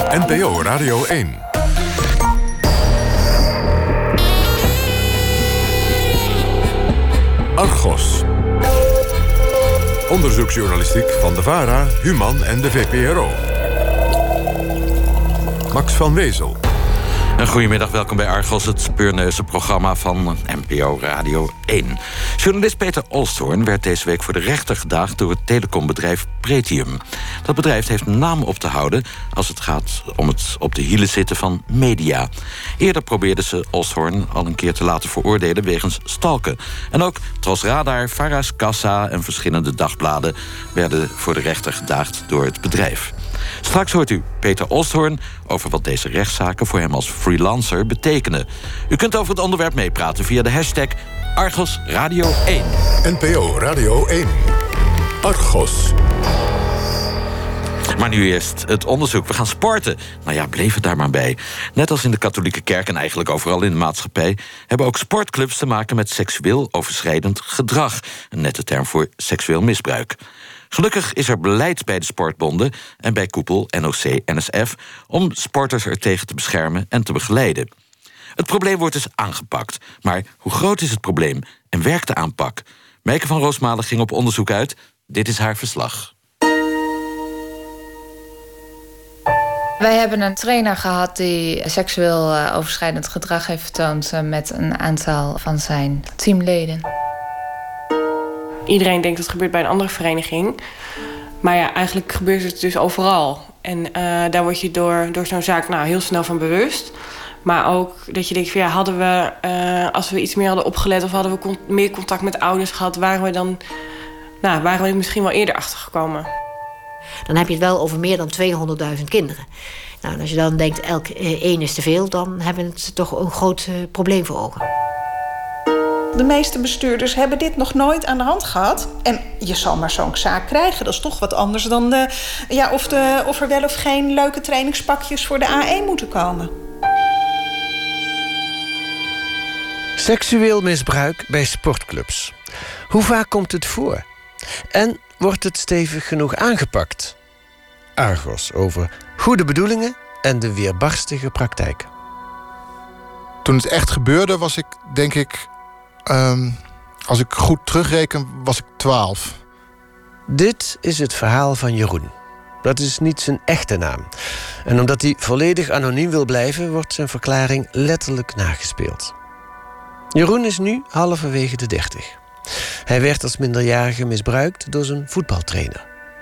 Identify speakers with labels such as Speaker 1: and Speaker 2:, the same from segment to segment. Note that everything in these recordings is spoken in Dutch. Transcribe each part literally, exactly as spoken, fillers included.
Speaker 1: N P O Radio één. Argos. Onderzoeksjournalistiek van de VARA, Human en de V P R O. Max van Wezel.
Speaker 2: Een goedemiddag, welkom bij Argos, het speurneuze programma van N P O Radio één. Journalist Peter Olsthoorn werd deze week voor de rechter gedaagd door het telecombedrijf Pretium. Dat bedrijf heeft een naam op te houden als het gaat om het op de hielen zitten van media. Eerder probeerden ze Olsthoorn al een keer te laten veroordelen wegens stalken. En ook Tros Radar, Vara's Kassa en verschillende dagbladen werden voor de rechter gedaagd door het bedrijf. Straks hoort u Peter Olsthoorn over wat deze rechtszaken voor hem als freelancer betekenen. U kunt over het onderwerp meepraten via de hashtag Argos Radio één.
Speaker 1: N P O Radio één. Argos.
Speaker 2: Maar nu eerst het onderzoek. We gaan sporten. Nou ja, bleef het daar maar bij. Net als in de katholieke kerk en eigenlijk overal in de maatschappij hebben ook sportclubs te maken met seksueel overschrijdend gedrag. Een nette term voor seksueel misbruik. Gelukkig is er beleid bij de sportbonden en bij koepel N O C N S F om sporters er tegen te beschermen en te begeleiden. Het probleem wordt dus aangepakt. Maar hoe groot is het probleem en werkt de aanpak? Meike van Roosmalen ging op onderzoek uit. Dit is haar verslag.
Speaker 3: Wij hebben een trainer gehad die seksueel uh, overschrijdend gedrag heeft vertoond uh, met een aantal van zijn teamleden.
Speaker 4: Iedereen denkt dat het gebeurt bij een andere vereniging. Maar ja, eigenlijk gebeurt het dus overal. En uh, daar word je door, door zo'n zaak nou, heel snel van bewust. Maar ook dat je denkt van ja, hadden we, uh, als we iets meer hadden opgelet of hadden we con- meer contact met ouders gehad, waren we dan, nou, waren we misschien wel eerder achtergekomen.
Speaker 5: Dan heb je het wel over meer dan tweehonderdduizend kinderen. Nou, en als je dan denkt, elk uh, één is te veel, dan hebben ze toch een groot uh, probleem voor ogen.
Speaker 6: De meeste bestuurders hebben dit nog nooit aan de hand gehad. En je zal maar zo'n zaak krijgen. Dat is toch wat anders dan de, ja, of, de, of er wel of geen leuke trainingspakjes voor de A één moeten komen.
Speaker 7: Seksueel misbruik bij sportclubs. Hoe vaak komt het voor? En wordt het stevig genoeg aangepakt? Argos over goede bedoelingen en de weerbarstige praktijk.
Speaker 8: Toen het echt gebeurde was ik, denk ik, Um, als ik goed terugreken, was ik twaalf.
Speaker 7: Dit is het verhaal van Jeroen. Dat is niet zijn echte naam. En omdat hij volledig anoniem wil blijven, wordt zijn verklaring letterlijk nagespeeld. Jeroen is nu halverwege de dertig. Hij werd als minderjarige misbruikt door zijn voetbaltrainer.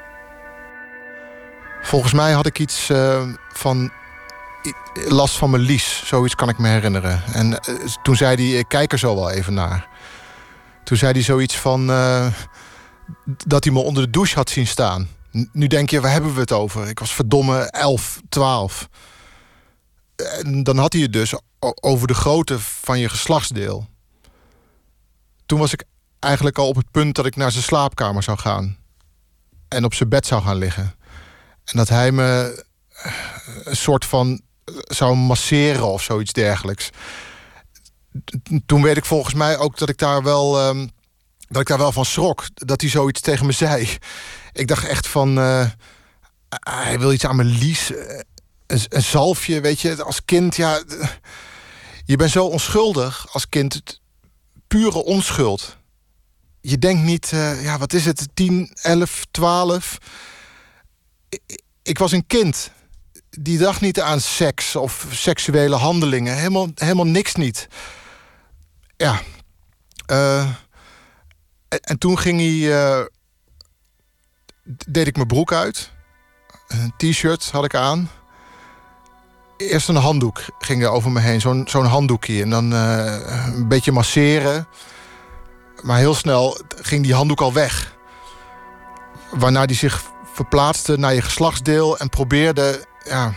Speaker 8: Volgens mij had ik iets uh, van last van mijn lies. Zoiets kan ik me herinneren. En uh, toen zei hij, ik kijk er zo wel even naar. Toen zei hij zoiets van Uh, dat hij me onder de douche had zien staan. Nu denk je, waar hebben we het over? Ik was verdomme elf, twaalf. En dan had hij het dus over de grootte van je geslachtsdeel. Toen was ik eigenlijk al op het punt dat ik naar zijn slaapkamer zou gaan. En op zijn bed zou gaan liggen. En dat hij me een soort van zou masseren of zoiets dergelijks. Toen weet ik volgens mij ook dat ik daar wel Um, dat ik daar wel van schrok. Dat hij zoiets tegen me zei. Ik dacht echt van Uh, hij wil iets aan mijn lies. Een, een zalfje, weet je. Als kind, ja. Je bent zo onschuldig als kind. Pure onschuld. Je denkt niet, uh, ja, wat is het? tien, elf, twaalf. Ik, ik was een kind. Die dacht niet aan seks of seksuele handelingen. Helemaal, helemaal niks niet. Ja. Uh, en, en toen ging hij Uh, deed ik mijn broek uit. Een t-shirt had ik aan. Eerst een handdoek ging er over me heen. Zo'n, zo'n handdoekje. En dan uh, een beetje masseren. Maar heel snel ging die handdoek al weg. Waarna die zich verplaatste naar je geslachtsdeel. En probeerde Ja,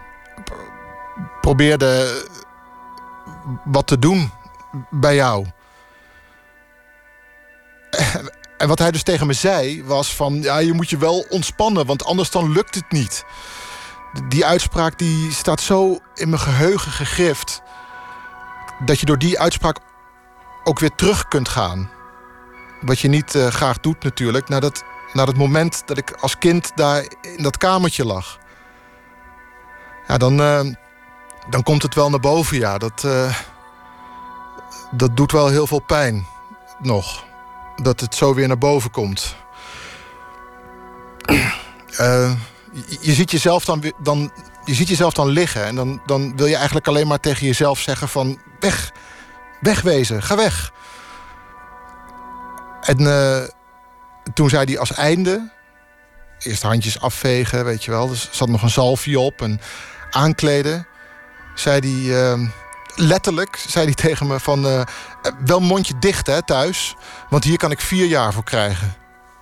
Speaker 8: probeerde wat te doen bij jou. En wat hij dus tegen me zei was van, ja, je moet je wel ontspannen, want anders dan lukt het niet. Die uitspraak die staat zo in mijn geheugen gegrift, dat je door die uitspraak ook weer terug kunt gaan. Wat je niet uh, graag doet natuurlijk, naar dat, naar het moment dat ik als kind daar in dat kamertje lag. Ja, dan, uh, dan komt het wel naar boven, ja. Dat, uh, dat doet wel heel veel pijn, nog. Dat het zo weer naar boven komt. Uh, je, je, ziet jezelf dan, dan, je ziet jezelf dan liggen. En dan, dan wil je eigenlijk alleen maar tegen jezelf zeggen van... weg, wegwezen, ga weg. En uh, toen zei hij als einde... eerst handjes afvegen, weet je wel. Er zat nog een zalfje op en aankleden. Zei hij... Uh, letterlijk zei hij tegen me van... Uh, wel mondje dicht, hè, thuis. Want hier kan ik vier jaar voor krijgen.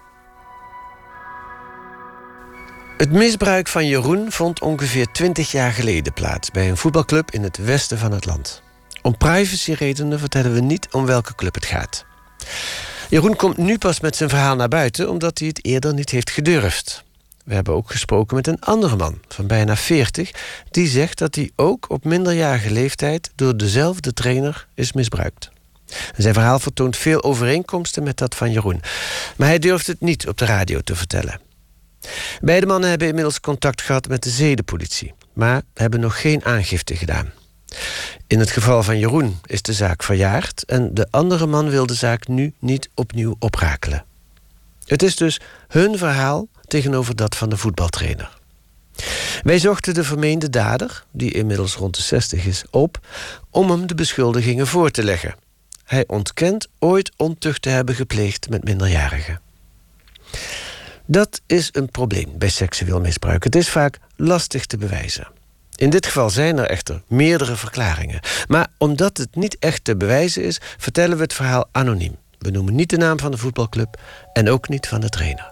Speaker 7: Het misbruik van Jeroen vond ongeveer twintig jaar geleden plaats... bij een voetbalclub in het westen van het land. Om privacyredenen vertellen we niet om welke club het gaat. Jeroen komt nu pas met zijn verhaal naar buiten... omdat hij het eerder niet heeft gedurfd. We hebben ook gesproken met een andere man van bijna veertig... die zegt dat hij ook op minderjarige leeftijd... door dezelfde trainer is misbruikt. En zijn verhaal vertoont veel overeenkomsten met dat van Jeroen. Maar hij durft het niet op de radio te vertellen. Beide mannen hebben inmiddels contact gehad met de zedenpolitie... maar hebben nog geen aangifte gedaan. In het geval van Jeroen is de zaak verjaard... en de andere man wil de zaak nu niet opnieuw oprakelen. Het is dus hun verhaal tegenover dat van de voetbaltrainer. Wij zochten de vermeende dader, die inmiddels rond de zestig is, op... om hem de beschuldigingen voor te leggen. Hij ontkent ooit ontucht te hebben gepleegd met minderjarigen. Dat is een probleem bij seksueel misbruik. Het is vaak lastig te bewijzen. In dit geval zijn er echter meerdere verklaringen. Maar omdat het niet echt te bewijzen is... vertellen we het verhaal anoniem. We noemen niet de naam van de voetbalclub... en ook niet van de trainer.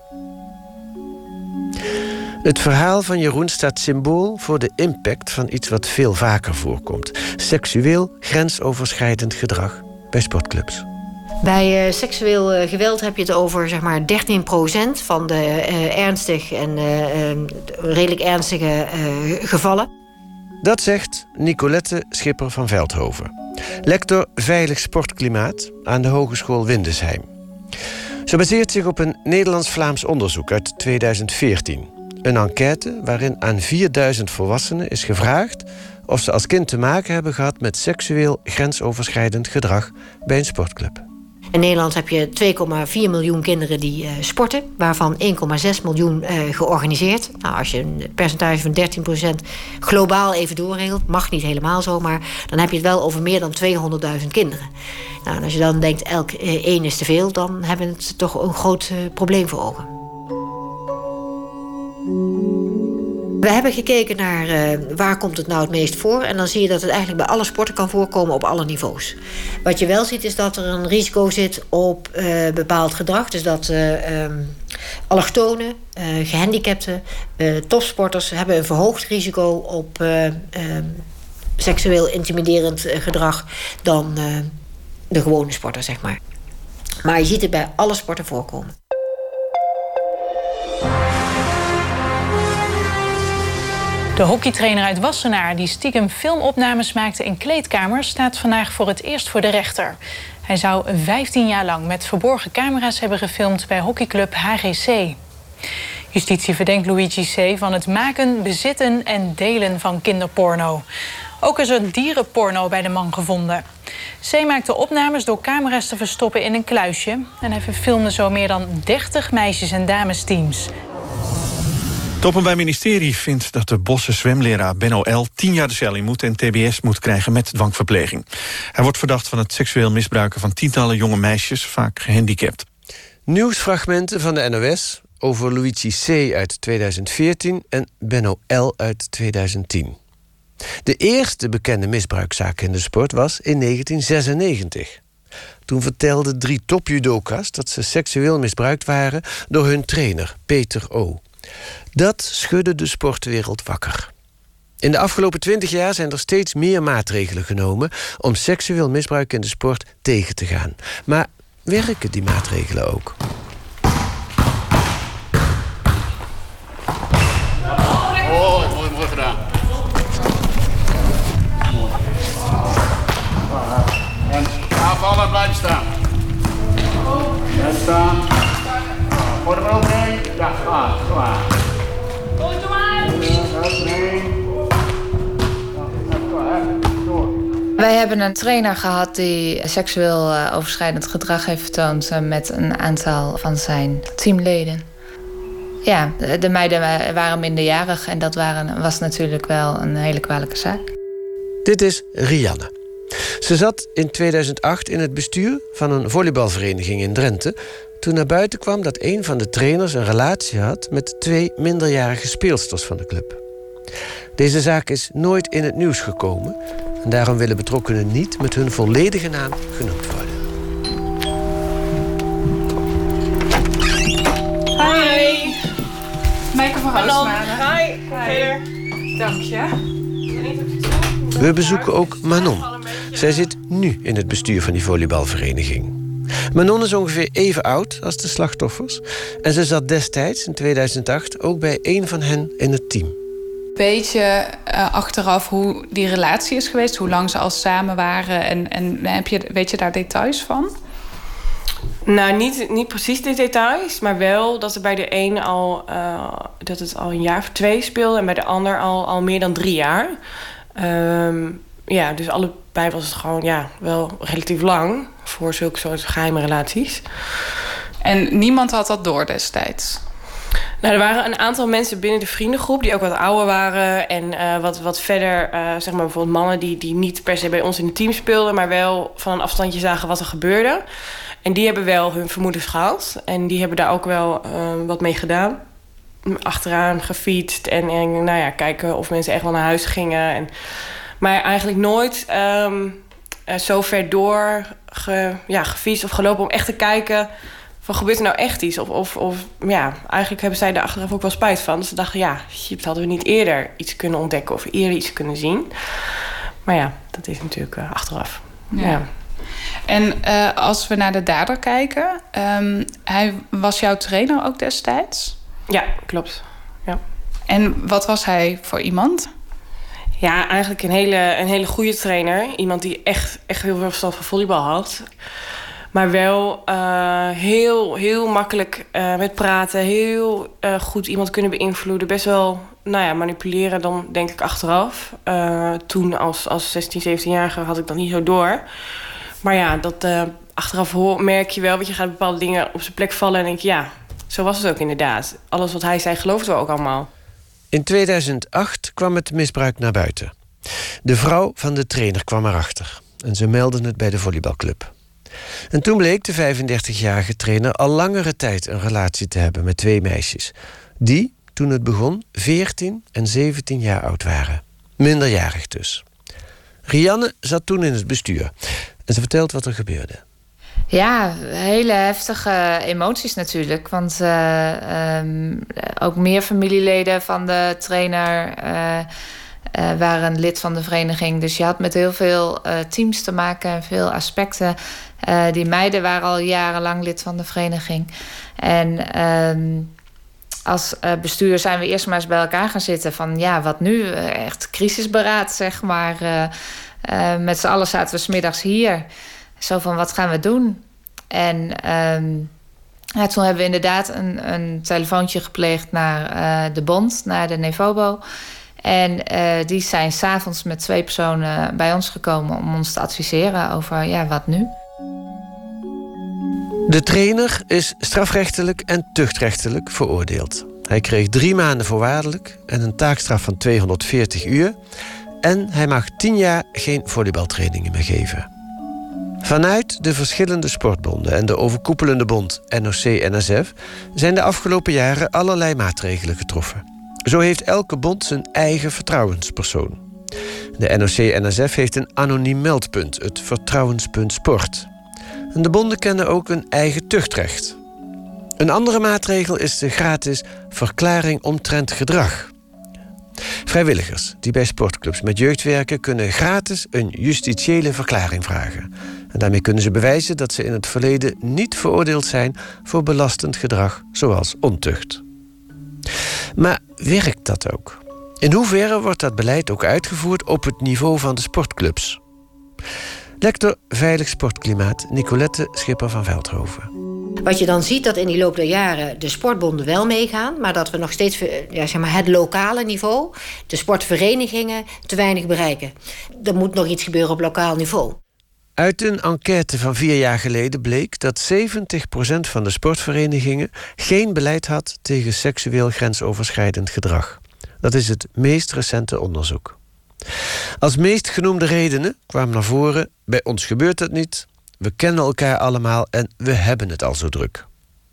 Speaker 7: Het verhaal van Jeroen staat symbool voor de impact... van iets wat veel vaker voorkomt. Seksueel grensoverschrijdend gedrag bij sportclubs.
Speaker 5: Bij uh, seksueel uh, geweld heb je het over zeg maar dertien procent van de uh, ernstig en uh, uh, redelijk ernstige uh, gevallen.
Speaker 7: Dat zegt Nicolette Schipper van Veldhoven. Lector Veilig Sportklimaat aan de Hogeschool Windesheim. Ze baseert zich op een Nederlands-Vlaams onderzoek uit tweeduizend veertien. Een enquête waarin aan vierduizend volwassenen is gevraagd... of ze als kind te maken hebben gehad met seksueel grensoverschrijdend gedrag bij een sportclub.
Speaker 5: In Nederland heb je twee komma vier miljoen kinderen die uh, sporten... waarvan één komma zes miljoen uh, georganiseerd. Nou, als je een percentage van dertien procent globaal even doorregelt... mag niet helemaal zo, maar dan heb je het wel over meer dan tweehonderdduizend kinderen. Nou, en als je dan denkt, elk uh, één is te veel... dan hebben we het toch een groot uh, probleem voor ogen. We hebben gekeken naar uh, waar komt het nou het meest voor... en dan zie je dat het eigenlijk bij alle sporten kan voorkomen op alle niveaus. Wat je wel ziet is dat er een risico zit op uh, bepaald gedrag. Dus dat uh, um, allochtonen, uh, gehandicapten, uh, topsporters... hebben een verhoogd risico op uh, uh, seksueel intimiderend uh, gedrag... dan uh, de gewone sporter, zeg maar. Maar je ziet het bij alle sporten voorkomen.
Speaker 9: De hockeytrainer uit Wassenaar, die stiekem filmopnames maakte in kleedkamers... staat vandaag voor het eerst voor de rechter. Hij zou vijftien jaar lang met verborgen camera's hebben gefilmd... bij hockeyclub H G C. Justitie verdenkt Luigi C. van het maken, bezitten en delen van kinderporno. Ook is er dierenporno bij de man gevonden. C. maakte opnames door camera's te verstoppen in een kluisje... en hij verfilmde zo meer dan dertig meisjes- en damesteams...
Speaker 10: Het Openbaar Ministerie vindt dat de Bosse zwemleraar Benno L. tien jaar de cel in moet en T B S moet krijgen met dwangverpleging. Hij wordt verdacht van het seksueel misbruiken van tientallen jonge meisjes, vaak gehandicapt.
Speaker 7: Nieuwsfragmenten van de N O S over Luigi C. uit tweeduizend veertien en Benno L. uit tweeduizend tien. De eerste bekende misbruikzaak in de sport was in negentien zesennegentig. Toen vertelden drie topjudoka's dat ze seksueel misbruikt waren door hun trainer Peter O. Dat schudde de sportwereld wakker. In de afgelopen twintig jaar zijn er steeds meer maatregelen genomen om seksueel misbruik in de sport tegen te gaan. Maar werken die maatregelen ook?
Speaker 11: Oh, mooi, mooi gedaan. En aanvallen, blijven staan. Blijven staan. Gooi er maar overheen. Ja, klaar, klaar. Gooi er maar uit. Nee.
Speaker 3: Wij hebben een trainer gehad die seksueel uh, overschrijdend gedrag heeft vertoond uh, met een aantal van zijn teamleden. Ja, de, de meiden waren minderjarig en dat waren, was natuurlijk wel een hele kwalijke zaak.
Speaker 7: Dit is Rianne. Ze zat in tweeduizend acht in het bestuur van een volleybalvereniging in Drenthe toen naar buiten kwam dat een van de trainers een relatie had met twee minderjarige speelsters van de club. Deze zaak is nooit in het nieuws gekomen en daarom willen betrokkenen niet met hun volledige naam genoemd worden.
Speaker 12: Hi. Maaike van Roosmalen.
Speaker 4: Hi. Peter.
Speaker 12: Dank je.
Speaker 7: We bezoeken ook Manon. Zij zit nu in het bestuur van die volleybalvereniging. Manon is ongeveer even oud als de slachtoffers en ze zat destijds in tweeduizend acht ook bij een van hen in het team.
Speaker 12: Beetje uh, achteraf hoe die relatie is geweest, hoe lang ze al samen waren en, en heb je, weet je daar details van?
Speaker 4: Nou, niet, niet precies de details, maar wel dat er bij de een al uh, dat het al een jaar of twee speelde en bij de ander al, al meer dan drie jaar. Um, ja, dus allebei was het gewoon ja, wel relatief lang voor zulke soort geheime relaties.
Speaker 12: En niemand had dat door destijds?
Speaker 4: Nou, er waren een aantal mensen binnen de vriendengroep die ook wat ouder waren en uh, wat, wat verder, uh, zeg maar bijvoorbeeld mannen die, die niet per se bij ons in het team speelden, maar wel van een afstandje zagen wat er gebeurde. En die hebben wel hun vermoedens gehad en die hebben daar ook wel uh, wat mee gedaan. Achteraan gefietst en, en nou ja, kijken of mensen echt wel naar huis gingen. En, maar eigenlijk nooit um, uh, zo ver door ge, ja, gefietst of gelopen om echt te kijken van gebeurt er nou echt iets? Of, of, of ja, eigenlijk hebben zij daar achteraf ook wel spijt van. Dus ze dachten, ja, shit, hadden we niet eerder iets kunnen ontdekken of eerder iets kunnen zien. Maar ja, dat is natuurlijk uh, achteraf. Ja. ja.
Speaker 12: En uh, als we naar de dader kijken, um, hij was jouw trainer ook destijds?
Speaker 4: Ja, klopt. Ja.
Speaker 12: En wat was hij voor iemand?
Speaker 4: Ja, eigenlijk een hele, een hele goede trainer. Iemand die echt, echt heel veel verstand van volleybal had. Maar wel uh, heel, heel makkelijk uh, met praten. Heel uh, goed iemand kunnen beïnvloeden. Best wel nou ja, manipuleren dan, denk ik, achteraf. Uh, toen als, als zestien, zeventienjarige had ik dat niet zo door. Maar ja, dat uh, achteraf hoor, merk je wel. Want je gaat bepaalde dingen op zijn plek vallen. En denk je, ja, zo was het ook inderdaad. Alles wat hij zei, geloofden we ook allemaal.
Speaker 7: In tweeduizend acht kwam het misbruik naar buiten. De vrouw van de trainer kwam erachter. En ze meldde het bij de volleybalclub. En toen bleek de vijfendertigjarige trainer al langere tijd een relatie te hebben met twee meisjes. Die, toen het begon, veertien en zeventien jaar oud waren. Minderjarig dus. Rianne zat toen in het bestuur. En ze vertelt wat er gebeurde.
Speaker 3: Ja, hele heftige emoties natuurlijk. Want uh, um, ook meer familieleden van de trainer uh, uh, waren lid van de vereniging. Dus je had met heel veel uh, teams te maken en veel aspecten. Uh, die meiden waren al jarenlang lid van de vereniging. En uh, als uh, bestuur zijn we eerst maar eens bij elkaar gaan zitten. Van ja, wat nu? Uh, echt crisisberaad, zeg maar. Uh, uh, met z'n allen zaten we 's middags hier. Zo van, wat gaan we doen? En um, ja, toen hebben we inderdaad een, een telefoontje gepleegd naar uh, de bond, naar de Nevobo. En uh, die zijn 's avonds met twee personen bij ons gekomen om ons te adviseren over, ja, wat nu?
Speaker 7: De trainer is strafrechtelijk en tuchtrechtelijk veroordeeld. Hij kreeg drie maanden voorwaardelijk en een taakstraf van tweehonderdveertig uur. En hij mag tien jaar geen volleybaltrainingen meer geven. Vanuit de verschillende sportbonden en de overkoepelende bond N O C N S F zijn de afgelopen jaren allerlei maatregelen getroffen. Zo heeft elke bond zijn eigen vertrouwenspersoon. De N O C N S F heeft een anoniem meldpunt, het Vertrouwenspunt Sport. En de bonden kennen ook een eigen tuchtrecht. Een andere maatregel is de gratis verklaring omtrent gedrag. Vrijwilligers die bij sportclubs met jeugd werken kunnen gratis een justitiële verklaring vragen. En daarmee kunnen ze bewijzen dat ze in het verleden niet veroordeeld zijn voor belastend gedrag zoals ontucht. Maar werkt dat ook? In hoeverre wordt dat beleid ook uitgevoerd op het niveau van de sportclubs? Lector Veilig Sportklimaat Nicolette Schipper van Veldhoven.
Speaker 5: Wat je dan ziet, dat in die loop der jaren de sportbonden wel meegaan, maar dat we nog steeds ja, zeg maar het lokale niveau, de sportverenigingen, te weinig bereiken. Er moet nog iets gebeuren op lokaal niveau.
Speaker 7: Uit een enquête van vier jaar geleden bleek dat zeventig procent van de sportverenigingen geen beleid had tegen seksueel grensoverschrijdend gedrag. Dat is het meest recente onderzoek. Als meest genoemde redenen kwam naar voren: bij ons gebeurt het niet, we kennen elkaar allemaal en we hebben het al zo druk.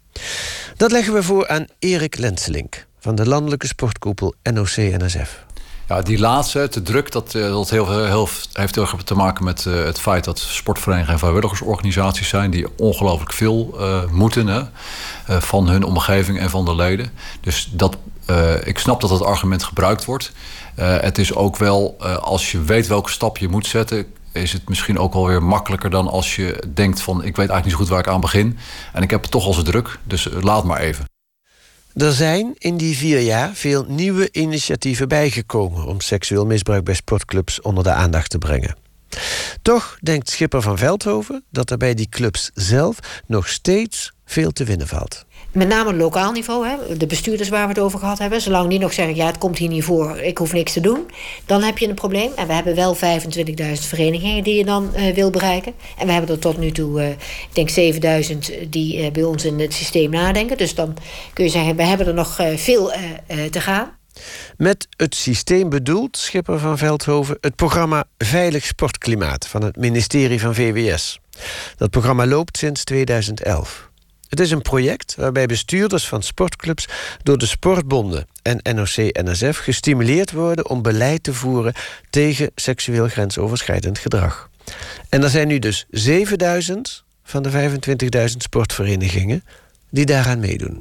Speaker 7: Dat leggen we voor aan Erik Lenselink van de landelijke sportkoepel N O C N S F.
Speaker 13: Ja, die laatste, te druk, dat, dat heel, heel, heeft heel erg te maken met uh, het feit dat sportverenigingen en vrijwilligersorganisaties zijn die ongelooflijk veel uh, moeten hè, uh, van hun omgeving en van de leden. Dus dat, uh, ik snap dat dat argument gebruikt wordt. Uh, het is ook wel, uh, als je weet welke stap je moet zetten, is het misschien ook wel weer makkelijker dan als je denkt van ik weet eigenlijk niet zo goed waar ik aan begin. En ik heb het toch al zo druk, dus uh, laat maar even.
Speaker 7: Er zijn in die vier jaar veel nieuwe initiatieven bijgekomen om seksueel misbruik bij sportclubs onder de aandacht te brengen. Toch denkt Schipper van Veldhoven dat er bij die clubs zelf nog steeds veel te winnen valt.
Speaker 5: Met name lokaal niveau, hè, de bestuurders waar we het over gehad hebben. Zolang die nog zeggen, ja, het komt hier niet voor, ik hoef niks te doen. Dan heb je een probleem. En we hebben wel vijfentwintigduizend verenigingen die je dan uh, wil bereiken. En we hebben er tot nu toe, uh, ik denk zevenduizend die uh, bij ons in het systeem nadenken. Dus dan kun je zeggen, we hebben er nog uh, veel uh, uh, te gaan.
Speaker 7: Met het systeem bedoelt Schipper van Veldhoven het programma Veilig Sportklimaat van het ministerie van V W S. Dat programma loopt sinds tweeduizend elf. Het is een project waarbij bestuurders van sportclubs door de sportbonden en N O C N S F gestimuleerd worden om beleid te voeren tegen seksueel grensoverschrijdend gedrag. En er zijn nu dus zevenduizend van de vijfentwintigduizend sportverenigingen die daaraan meedoen.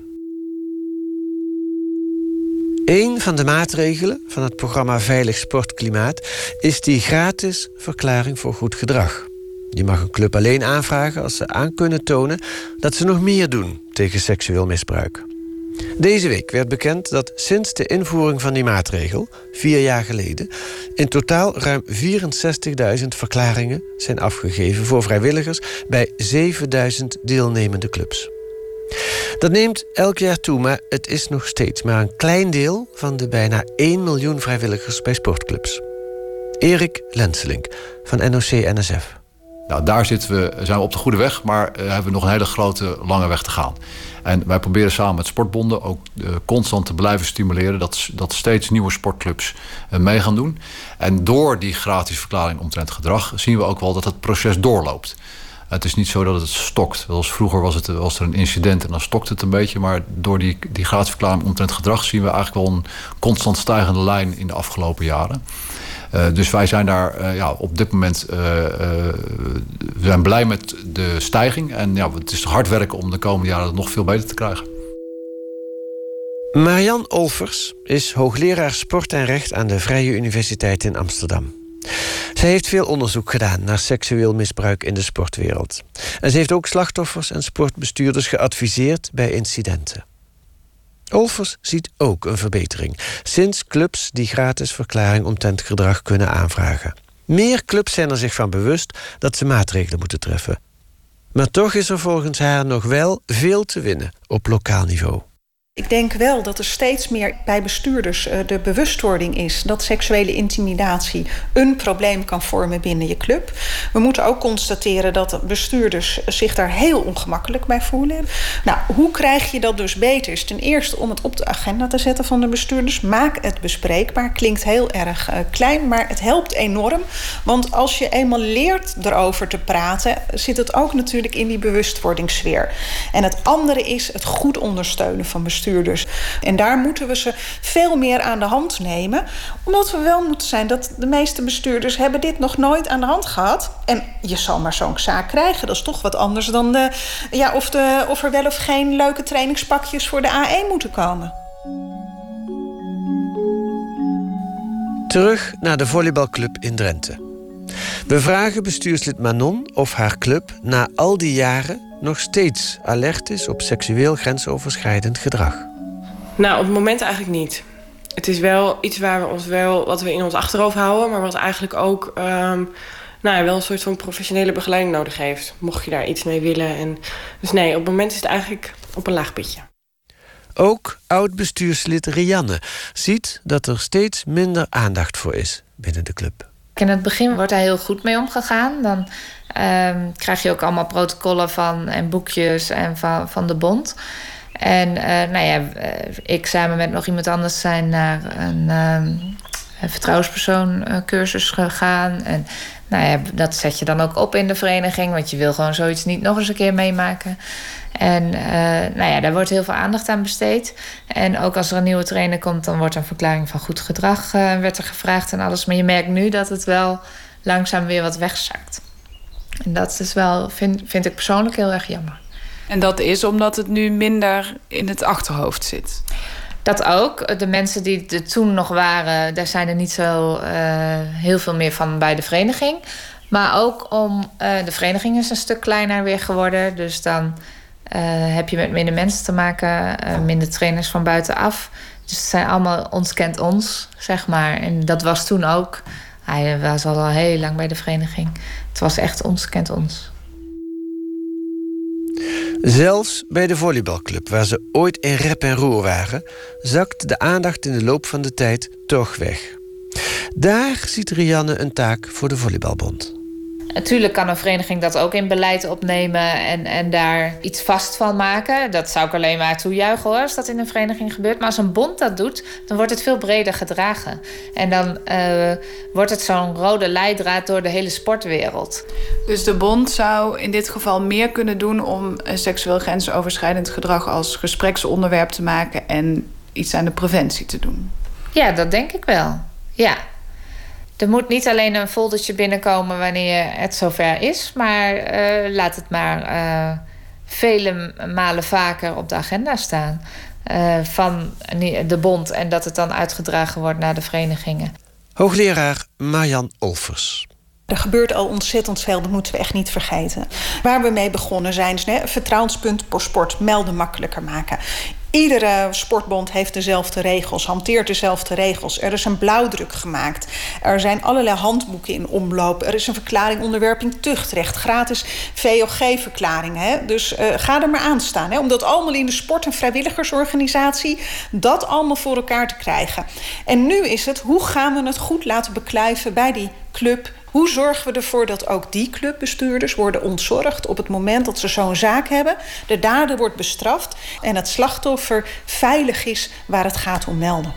Speaker 7: Een van de maatregelen van het programma Veilig Sportklimaat is die gratis verklaring voor goed gedrag. Die mag een club alleen aanvragen als ze aan kunnen tonen dat ze nog meer doen tegen seksueel misbruik. Deze week werd bekend dat sinds de invoering van die maatregel, vier jaar geleden, in totaal ruim vierenzestigduizend verklaringen zijn afgegeven voor vrijwilligers bij zevenduizend deelnemende clubs. Dat neemt elk jaar toe, maar het is nog steeds maar een klein deel van de bijna één miljoen vrijwilligers bij sportclubs. Erik Lenselink van N O C N S F.
Speaker 13: Nou, daar zitten we, zijn we op de goede weg, maar uh, hebben we nog een hele grote, lange weg te gaan. En wij proberen samen met sportbonden ook uh, constant te blijven stimuleren dat, dat steeds nieuwe sportclubs uh, mee gaan doen. En door die gratis verklaring omtrent gedrag zien we ook wel dat het proces doorloopt. Het is niet zo dat het stokt. Zoals vroeger was, het, was er een incident en dan stokte het een beetje. Maar door die, die gratis verklaring omtrent gedrag zien we eigenlijk wel een constant stijgende lijn in de afgelopen jaren. Uh, dus wij zijn daar uh, ja, op dit moment uh, uh, we zijn blij met de stijging. En ja, het is hard werken om de komende jaren het nog veel beter te krijgen.
Speaker 7: Marian Olvers is hoogleraar sport en recht aan de Vrije Universiteit in Amsterdam. Zij heeft veel onderzoek gedaan naar seksueel misbruik in de sportwereld. En ze heeft ook slachtoffers en sportbestuurders geadviseerd bij incidenten. Olvers ziet ook een verbetering sinds clubs die gratis verklaring omtrent gedrag kunnen aanvragen. Meer clubs zijn er zich van bewust dat ze maatregelen moeten treffen. Maar toch is er volgens haar nog wel veel te winnen op lokaal niveau.
Speaker 6: Ik denk wel dat er steeds meer bij bestuurders uh, de bewustwording is dat seksuele intimidatie een probleem kan vormen binnen je club. We moeten ook constateren dat bestuurders zich daar heel ongemakkelijk bij voelen. Nou, hoe krijg je dat dus beter? Is ten eerste om het op de agenda te zetten van de bestuurders. Maak het bespreekbaar. Klinkt heel erg uh, klein, maar het helpt enorm. Want als je eenmaal leert erover te praten, zit het ook natuurlijk in die bewustwordingssfeer. En het andere is het goed ondersteunen van bestuurders. En daar moeten we ze veel meer aan de hand nemen. Omdat we wel moeten zijn dat de meeste bestuurders hebben dit nog nooit aan de hand gehad. En je zal maar zo'n zaak krijgen. Dat is toch wat anders dan de, ja, of, de, of er wel of geen leuke trainingspakjes voor de A één moeten komen.
Speaker 7: Terug naar de volleybalclub in Drenthe. We vragen bestuurslid Manon of haar club na al die jaren nog steeds alert is op seksueel grensoverschrijdend gedrag.
Speaker 4: Nou, op het moment eigenlijk niet. Het is wel iets waar we ons wel, wat we in ons achterhoofd houden, maar wat eigenlijk ook um, nou, wel een soort van professionele begeleiding nodig heeft. Mocht je daar iets mee willen. En, dus nee, op het moment is het eigenlijk op een laag pitje.
Speaker 7: Ook oud-bestuurslid Rianne ziet dat er steeds minder aandacht voor is binnen de club.
Speaker 3: In het begin wordt daar heel goed mee omgegaan. Dan um, krijg je ook allemaal protocollen van en boekjes en van, van de bond. En uh, nou ja, ik samen met nog iemand anders zijn naar een, um, een vertrouwenspersoon uh, cursus gegaan. En nou ja, dat zet je dan ook op in de vereniging, want je wil gewoon zoiets niet nog eens een keer meemaken. En uh, nou ja, daar wordt heel veel aandacht aan besteed. En ook als er een nieuwe trainer komt, dan wordt een verklaring van goed gedrag uh, werd er gevraagd en alles. Maar je merkt nu dat het wel langzaam weer wat wegzakt. En dat is wel, vind, vind ik persoonlijk heel erg jammer.
Speaker 12: En dat is omdat het nu minder in het achterhoofd zit?
Speaker 3: Dat ook. De mensen die er toen nog waren, daar zijn er niet zo uh, heel veel meer van bij de vereniging. Maar ook om, uh, de vereniging is een stuk kleiner weer geworden. Dus dan uh, heb je met minder mensen te maken, uh, minder trainers van buitenaf. Dus het zijn allemaal ons kent ons, zeg maar. En dat was toen ook. Hij was al heel lang bij de vereniging. Het was echt ons kent ons.
Speaker 7: Zelfs bij de volleybalclub, waar ze ooit in rep en roer waren, zakt de aandacht in de loop van de tijd toch weg. Daar ziet Rianne een taak voor de volleybalbond.
Speaker 3: Natuurlijk kan een vereniging dat ook in beleid opnemen en, en daar iets vast van maken. Dat zou ik alleen maar toejuichen hoor, als dat in een vereniging gebeurt. Maar als een bond dat doet, dan wordt het veel breder gedragen. En dan uh, wordt het zo'n rode leidraad door de hele sportwereld.
Speaker 12: Dus de bond zou in dit geval meer kunnen doen om seksueel grensoverschrijdend gedrag als gespreksonderwerp te maken en iets aan de preventie te doen?
Speaker 3: Ja, dat denk ik wel. Ja. Er moet niet alleen een foldertje binnenkomen wanneer het zover is, maar uh, laat het maar uh, vele malen vaker op de agenda staan uh, van de bond en dat het dan uitgedragen wordt naar de verenigingen.
Speaker 7: Hoogleraar Marjan Olfers.
Speaker 6: Er gebeurt al ontzettend veel, dat moeten we echt niet vergeten. Waar we mee begonnen zijn, is een vertrouwenspunt voor sport, melden makkelijker maken. Iedere sportbond heeft dezelfde regels, hanteert dezelfde regels. Er is een blauwdruk gemaakt. Er zijn allerlei handboeken in omloop. Er is een verklaring onderwerping tuchtrecht. Gratis V O G-verklaring. Hè? Dus uh, ga er maar aan staan. Hè? Om dat allemaal in de sport- en vrijwilligersorganisatie, dat allemaal voor elkaar te krijgen. En nu is het, hoe gaan we het goed laten beklijven bij die club? Hoe zorgen we ervoor dat ook die clubbestuurders worden ontzorgd op het moment dat ze zo'n zaak hebben? De dader wordt bestraft en het slachtoffer veilig is waar het gaat om melden.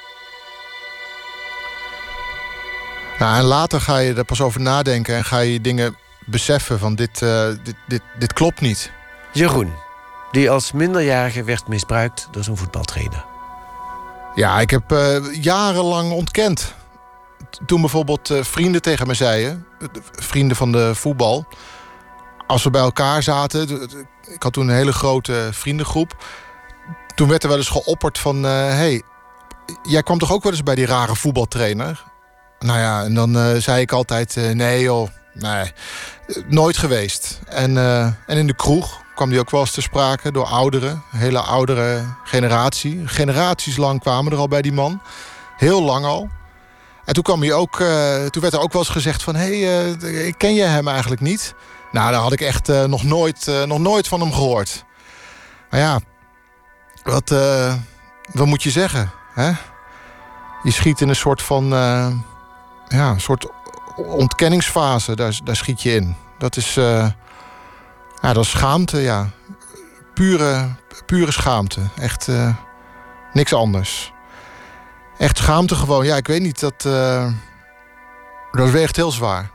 Speaker 8: Nou, en later ga je er pas over nadenken en ga je dingen beseffen van dit, uh, dit, dit, dit klopt niet.
Speaker 7: Jeroen, die als minderjarige werd misbruikt door zijn voetbaltrainer.
Speaker 8: Ja, ik heb uh, jarenlang ontkend. Toen bijvoorbeeld uh, vrienden tegen me zeiden, vrienden van de voetbal, als we bij elkaar zaten, ik had toen een hele grote vriendengroep, toen werd er wel eens geopperd van, hé, uh, hey, jij kwam toch ook wel eens bij die rare voetbaltrainer? Nou ja, en dan uh, zei ik altijd, uh, nee joh, nee, nooit geweest. En, uh, en in de kroeg kwam die ook wel eens te sprake door ouderen, een hele oudere generatie. Generaties lang kwamen er al bij die man, heel lang al. En toen, kwam hij ook, uh, toen werd er ook wel eens gezegd van, hé, hey, uh, ken je hem eigenlijk niet? Nou, daar had ik echt uh, nog, nooit, uh, nog nooit van hem gehoord. Maar ja, wat, uh, wat moet je zeggen? Hè? Je schiet in een soort van, uh, ja, een soort ontkenningsfase, daar, daar schiet je in. Dat is, uh, ja, dat is schaamte, ja. Pure, pure schaamte, echt uh, niks anders. Echt schaamte gewoon. Ja, ik weet niet. Dat, uh, dat weegt heel zwaar.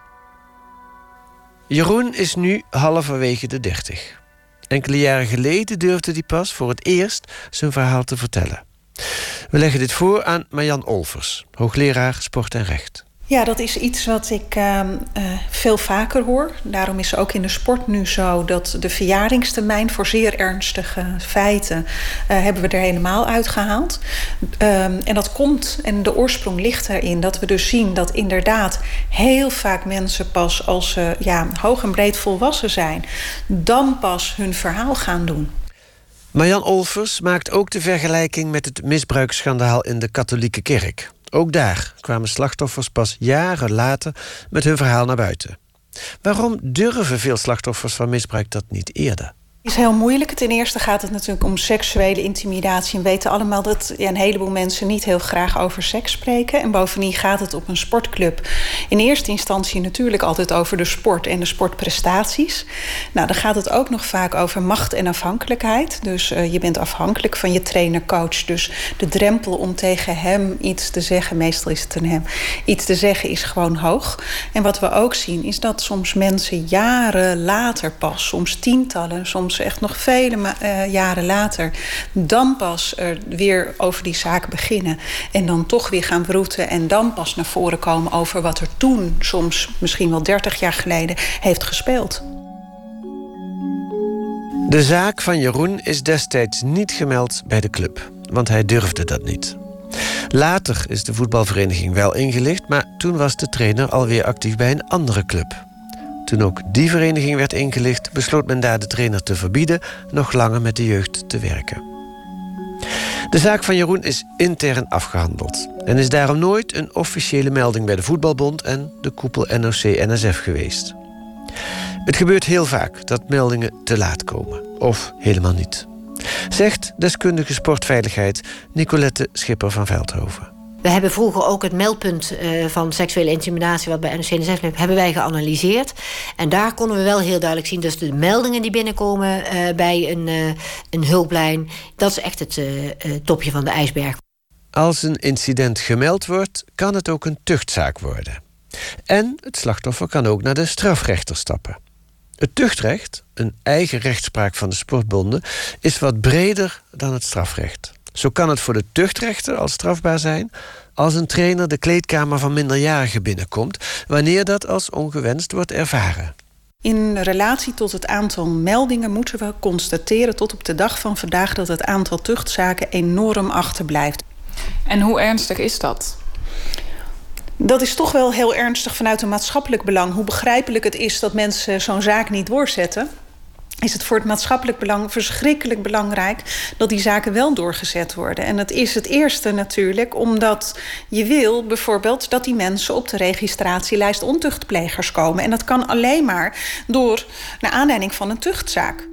Speaker 7: Jeroen is nu halverwege de dertig. Enkele jaren geleden durfde hij pas voor het eerst zijn verhaal te vertellen. We leggen dit voor aan Marjan Olfers, hoogleraar sport en recht.
Speaker 6: Ja, dat is iets wat ik uh, uh, veel vaker hoor. Daarom is ook in de sport nu zo dat de verjaringstermijn voor zeer ernstige feiten uh, hebben we er helemaal uitgehaald. Uh, en dat komt, en de oorsprong ligt erin, dat we dus zien dat inderdaad heel vaak mensen pas als ze ja, hoog en breed volwassen zijn, dan pas hun verhaal gaan doen.
Speaker 7: Marjan Olfers maakt ook de vergelijking met het misbruiksschandaal in de katholieke kerk. Ook daar kwamen slachtoffers pas jaren later met hun verhaal naar buiten. Waarom durven veel slachtoffers van misbruik dat niet eerder?
Speaker 6: Het is heel moeilijk. Ten eerste gaat het natuurlijk om seksuele intimidatie. En we weten allemaal dat ja, een heleboel mensen niet heel graag over seks spreken. En bovendien gaat het op een sportclub in eerste instantie natuurlijk altijd over de sport en de sportprestaties. Nou, dan gaat het ook nog vaak over macht en afhankelijkheid. Dus uh, je bent afhankelijk van je trainer-coach. Dus de drempel om tegen hem iets te zeggen, meestal is het een hem, iets te zeggen is gewoon hoog. En wat we ook zien is dat soms mensen jaren later pas, soms tientallen, soms echt nog vele uh, jaren later, dan pas er weer over die zaak beginnen. En dan toch weer gaan broeten en dan pas naar voren komen over wat er toen, soms misschien wel dertig jaar geleden, heeft gespeeld.
Speaker 7: De zaak van Jeroen is destijds niet gemeld bij de club, want hij durfde dat niet. Later is de voetbalvereniging wel ingelicht, maar toen was de trainer alweer actief bij een andere club. Toen ook die vereniging werd ingelicht, besloot men daar de trainer te verbieden nog langer met de jeugd te werken. De zaak van Jeroen is intern afgehandeld en is daarom nooit een officiële melding bij de Voetbalbond en de koepel N O C N S F geweest. Het gebeurt heel vaak dat meldingen te laat komen, of helemaal niet. Zegt deskundige sportveiligheid Nicolette Schipper van Veldhoven.
Speaker 5: We hebben vroeger ook het meldpunt uh, van seksuele intimidatie, wat bij N O C N S F ligt, hebben wij geanalyseerd. En daar konden we wel heel duidelijk zien dat de meldingen die binnenkomen uh, bij een, uh, een hulplijn, dat is echt het uh, uh, topje van de ijsberg.
Speaker 7: Als een incident gemeld wordt, kan het ook een tuchtzaak worden. En het slachtoffer kan ook naar de strafrechter stappen. Het tuchtrecht, een eigen rechtspraak van de sportbonden, is wat breder dan het strafrecht. Zo kan het voor de tuchtrechter al strafbaar zijn als een trainer de kleedkamer van minderjarigen binnenkomt, wanneer dat als ongewenst wordt ervaren.
Speaker 6: In relatie tot het aantal meldingen moeten we constateren tot op de dag van vandaag dat het aantal tuchtzaken enorm achterblijft.
Speaker 12: En hoe ernstig is dat?
Speaker 6: Dat is toch wel heel ernstig vanuit een maatschappelijk belang. Hoe begrijpelijk het is dat mensen zo'n zaak niet doorzetten, is het voor het maatschappelijk belang verschrikkelijk belangrijk dat die zaken wel doorgezet worden. En dat is het eerste natuurlijk omdat je wil bijvoorbeeld dat die mensen op de registratielijst ontuchtplegers komen. En dat kan alleen maar door naar aanleiding van een tuchtzaak.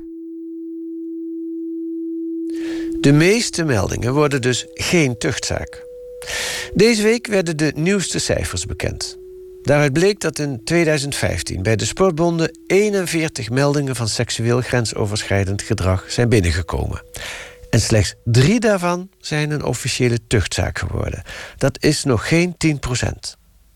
Speaker 7: De meeste meldingen worden dus geen tuchtzaak. Deze week werden de nieuwste cijfers bekend. Daaruit bleek dat in tweeduizend vijftien bij de sportbonden eenenveertig meldingen van seksueel grensoverschrijdend gedrag zijn binnengekomen. En slechts drie daarvan zijn een officiële tuchtzaak geworden. Dat is nog geen tien procent.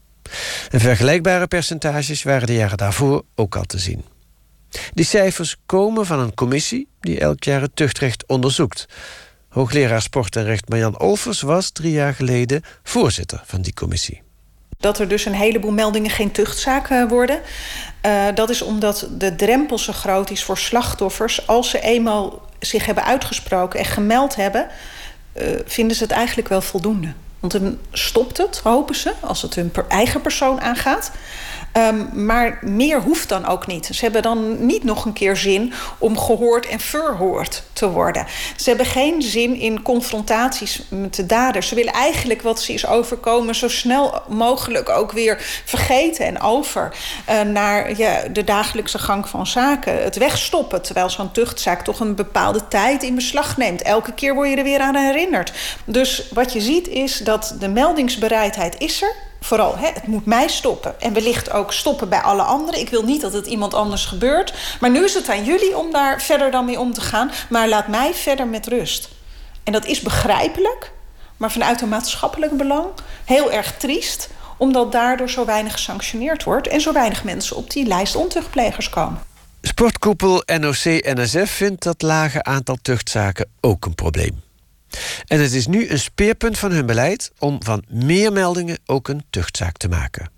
Speaker 7: En vergelijkbare percentages waren de jaren daarvoor ook al te zien. Die cijfers komen van een commissie die elk jaar het tuchtrecht onderzoekt. Hoogleraar Sport en Recht Marjan Olvers was drie jaar geleden voorzitter van die commissie.
Speaker 6: Dat er dus een heleboel meldingen geen tuchtzaak worden. Uh, dat is omdat de drempel zo groot is voor slachtoffers. Als ze eenmaal zich hebben uitgesproken en gemeld hebben, uh, vinden ze het eigenlijk wel voldoende. Want dan stopt het, hopen ze, als het hun eigen persoon aangaat. Um, maar meer hoeft dan ook niet. Ze hebben dan niet nog een keer zin om gehoord en verhoord te worden. Ze hebben geen zin in confrontaties met de dader. Ze willen eigenlijk wat ze is overkomen zo snel mogelijk ook weer vergeten en over uh, naar ja, de dagelijkse gang van zaken. Het wegstoppen, terwijl zo'n tuchtzaak toch een bepaalde tijd in beslag neemt. Elke keer word je er weer aan herinnerd. Dus wat je ziet is dat de meldingsbereidheid is er. Vooral, hè, het moet mij stoppen. En wellicht ook stoppen bij alle anderen. Ik wil niet dat het iemand anders gebeurt. Maar nu is het aan jullie om daar verder dan mee om te gaan. Maar laat mij verder met rust. En dat is begrijpelijk, maar vanuit een maatschappelijk belang heel erg triest, omdat daardoor zo weinig gesanctioneerd wordt en zo weinig mensen op die lijst ontuchtplegers komen.
Speaker 7: Sportkoepel N O C N S F vindt dat lage aantal tuchtzaken ook een probleem. En het is nu een speerpunt van hun beleid om van meer meldingen ook een tuchtzaak te maken.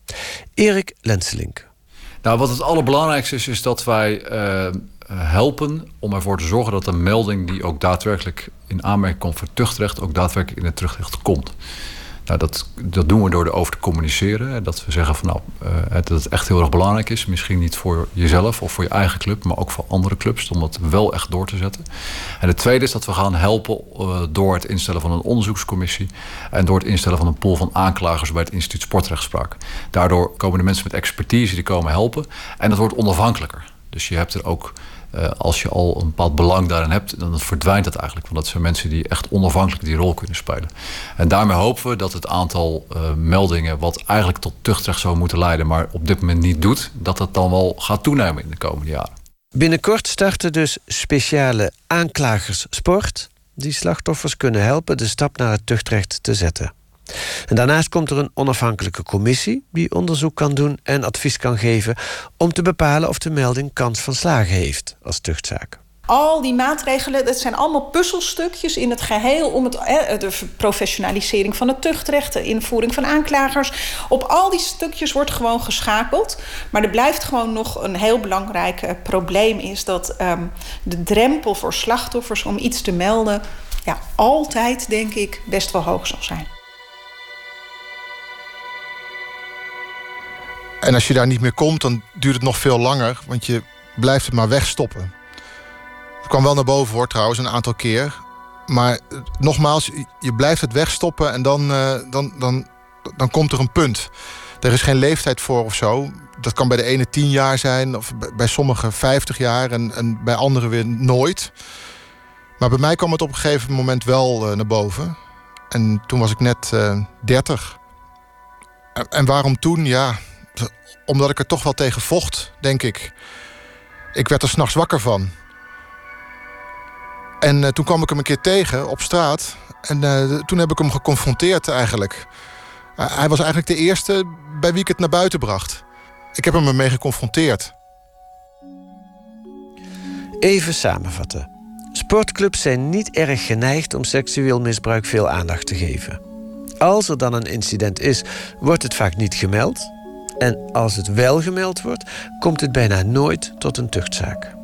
Speaker 7: Erik Lenselink.
Speaker 13: Nou, wat het allerbelangrijkste is, is dat wij uh, helpen om ervoor te zorgen dat een melding die ook daadwerkelijk in aanmerking komt voor tuchtrecht, ook daadwerkelijk in het tuchtrecht komt. Nou, dat, dat doen we door erover te communiceren. Dat we zeggen van, nou, uh, dat het echt heel erg belangrijk is. Misschien niet voor jezelf of voor je eigen club, maar ook voor andere clubs. Om dat wel echt door te zetten. En het tweede is dat we gaan helpen uh, door het instellen van een onderzoekscommissie. En door het instellen van een pool van aanklagers bij het instituut Sportrechtspraak. Daardoor komen de mensen met expertise die komen helpen. En dat wordt onafhankelijker. Dus je hebt er ook, uh, als je al een bepaald belang daarin hebt, dan verdwijnt het eigenlijk. Want dat zijn mensen die echt onafhankelijk die rol kunnen spelen. En daarmee hopen we dat het aantal uh, meldingen, wat eigenlijk tot tuchtrecht zou moeten leiden, maar op dit moment niet doet, dat dat dan wel gaat toenemen in de komende jaren.
Speaker 7: Binnenkort starten dus speciale aanklagers sport, die slachtoffers kunnen helpen de stap naar het tuchtrecht te zetten. En daarnaast komt er een onafhankelijke commissie die onderzoek kan doen en advies kan geven om te bepalen of de melding kans van slagen heeft als tuchtzaak.
Speaker 6: Al die maatregelen, dat zijn allemaal puzzelstukjes in het geheel om het, de professionalisering van het tuchtrecht, de invoering van aanklagers. Op al die stukjes wordt gewoon geschakeld. Maar er blijft gewoon nog een heel belangrijk uh, probleem is dat um, de drempel voor slachtoffers om iets te melden, ja, altijd, denk ik, best wel hoog zal zijn.
Speaker 8: En als je daar niet meer komt, dan duurt het nog veel langer, want je blijft het maar wegstoppen. Het kwam wel naar boven, hoor, trouwens, een aantal keer. Maar nogmaals, je blijft het wegstoppen en dan, uh, dan, dan, dan komt er een punt. Er is geen leeftijd voor of zo. Dat kan bij de ene tien jaar zijn, of bij sommigen vijftig jaar en, en bij anderen weer nooit. Maar bij mij kwam het op een gegeven moment wel uh, naar boven. En toen was ik net uh, dertig. En, en waarom toen? Ja, omdat ik er toch wel tegen vocht, denk ik. Ik werd er 's nachts wakker van. En uh, toen kwam ik hem een keer tegen op straat. En uh, toen heb ik hem geconfronteerd eigenlijk. Uh, hij was eigenlijk de eerste bij wie ik het naar buiten bracht. Ik heb hem ermee geconfronteerd.
Speaker 7: Even samenvatten. Sportclubs zijn niet erg geneigd om seksueel misbruik veel aandacht te geven. Als er dan een incident is, wordt het vaak niet gemeld. En als het wel gemeld wordt, komt het bijna nooit tot een tuchtzaak.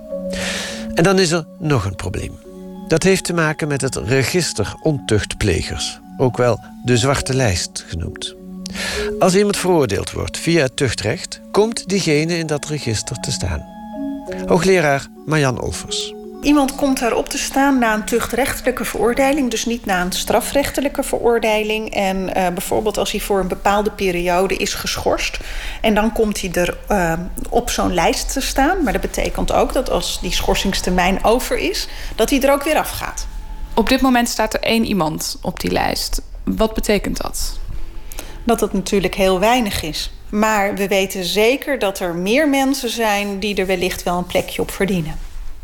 Speaker 7: En dan is er nog een probleem. Dat heeft te maken met het register ontuchtplegers, ook wel de zwarte lijst genoemd. Als iemand veroordeeld wordt via het tuchtrecht, komt diegene in dat register te staan. Hoogleraar Marjan Olvers.
Speaker 6: Iemand komt daarop te staan na een tuchtrechtelijke veroordeling, dus niet na een strafrechtelijke veroordeling. En uh, bijvoorbeeld als hij voor een bepaalde periode is geschorst. En dan komt hij er uh, op zo'n lijst te staan. Maar dat betekent ook dat als die schorsingstermijn over is, dat hij er ook weer afgaat.
Speaker 12: Op dit moment staat er één iemand op die lijst. Wat betekent dat?
Speaker 6: Dat het natuurlijk heel weinig is. Maar we weten zeker dat er meer mensen zijn die er wellicht wel een plekje op verdienen.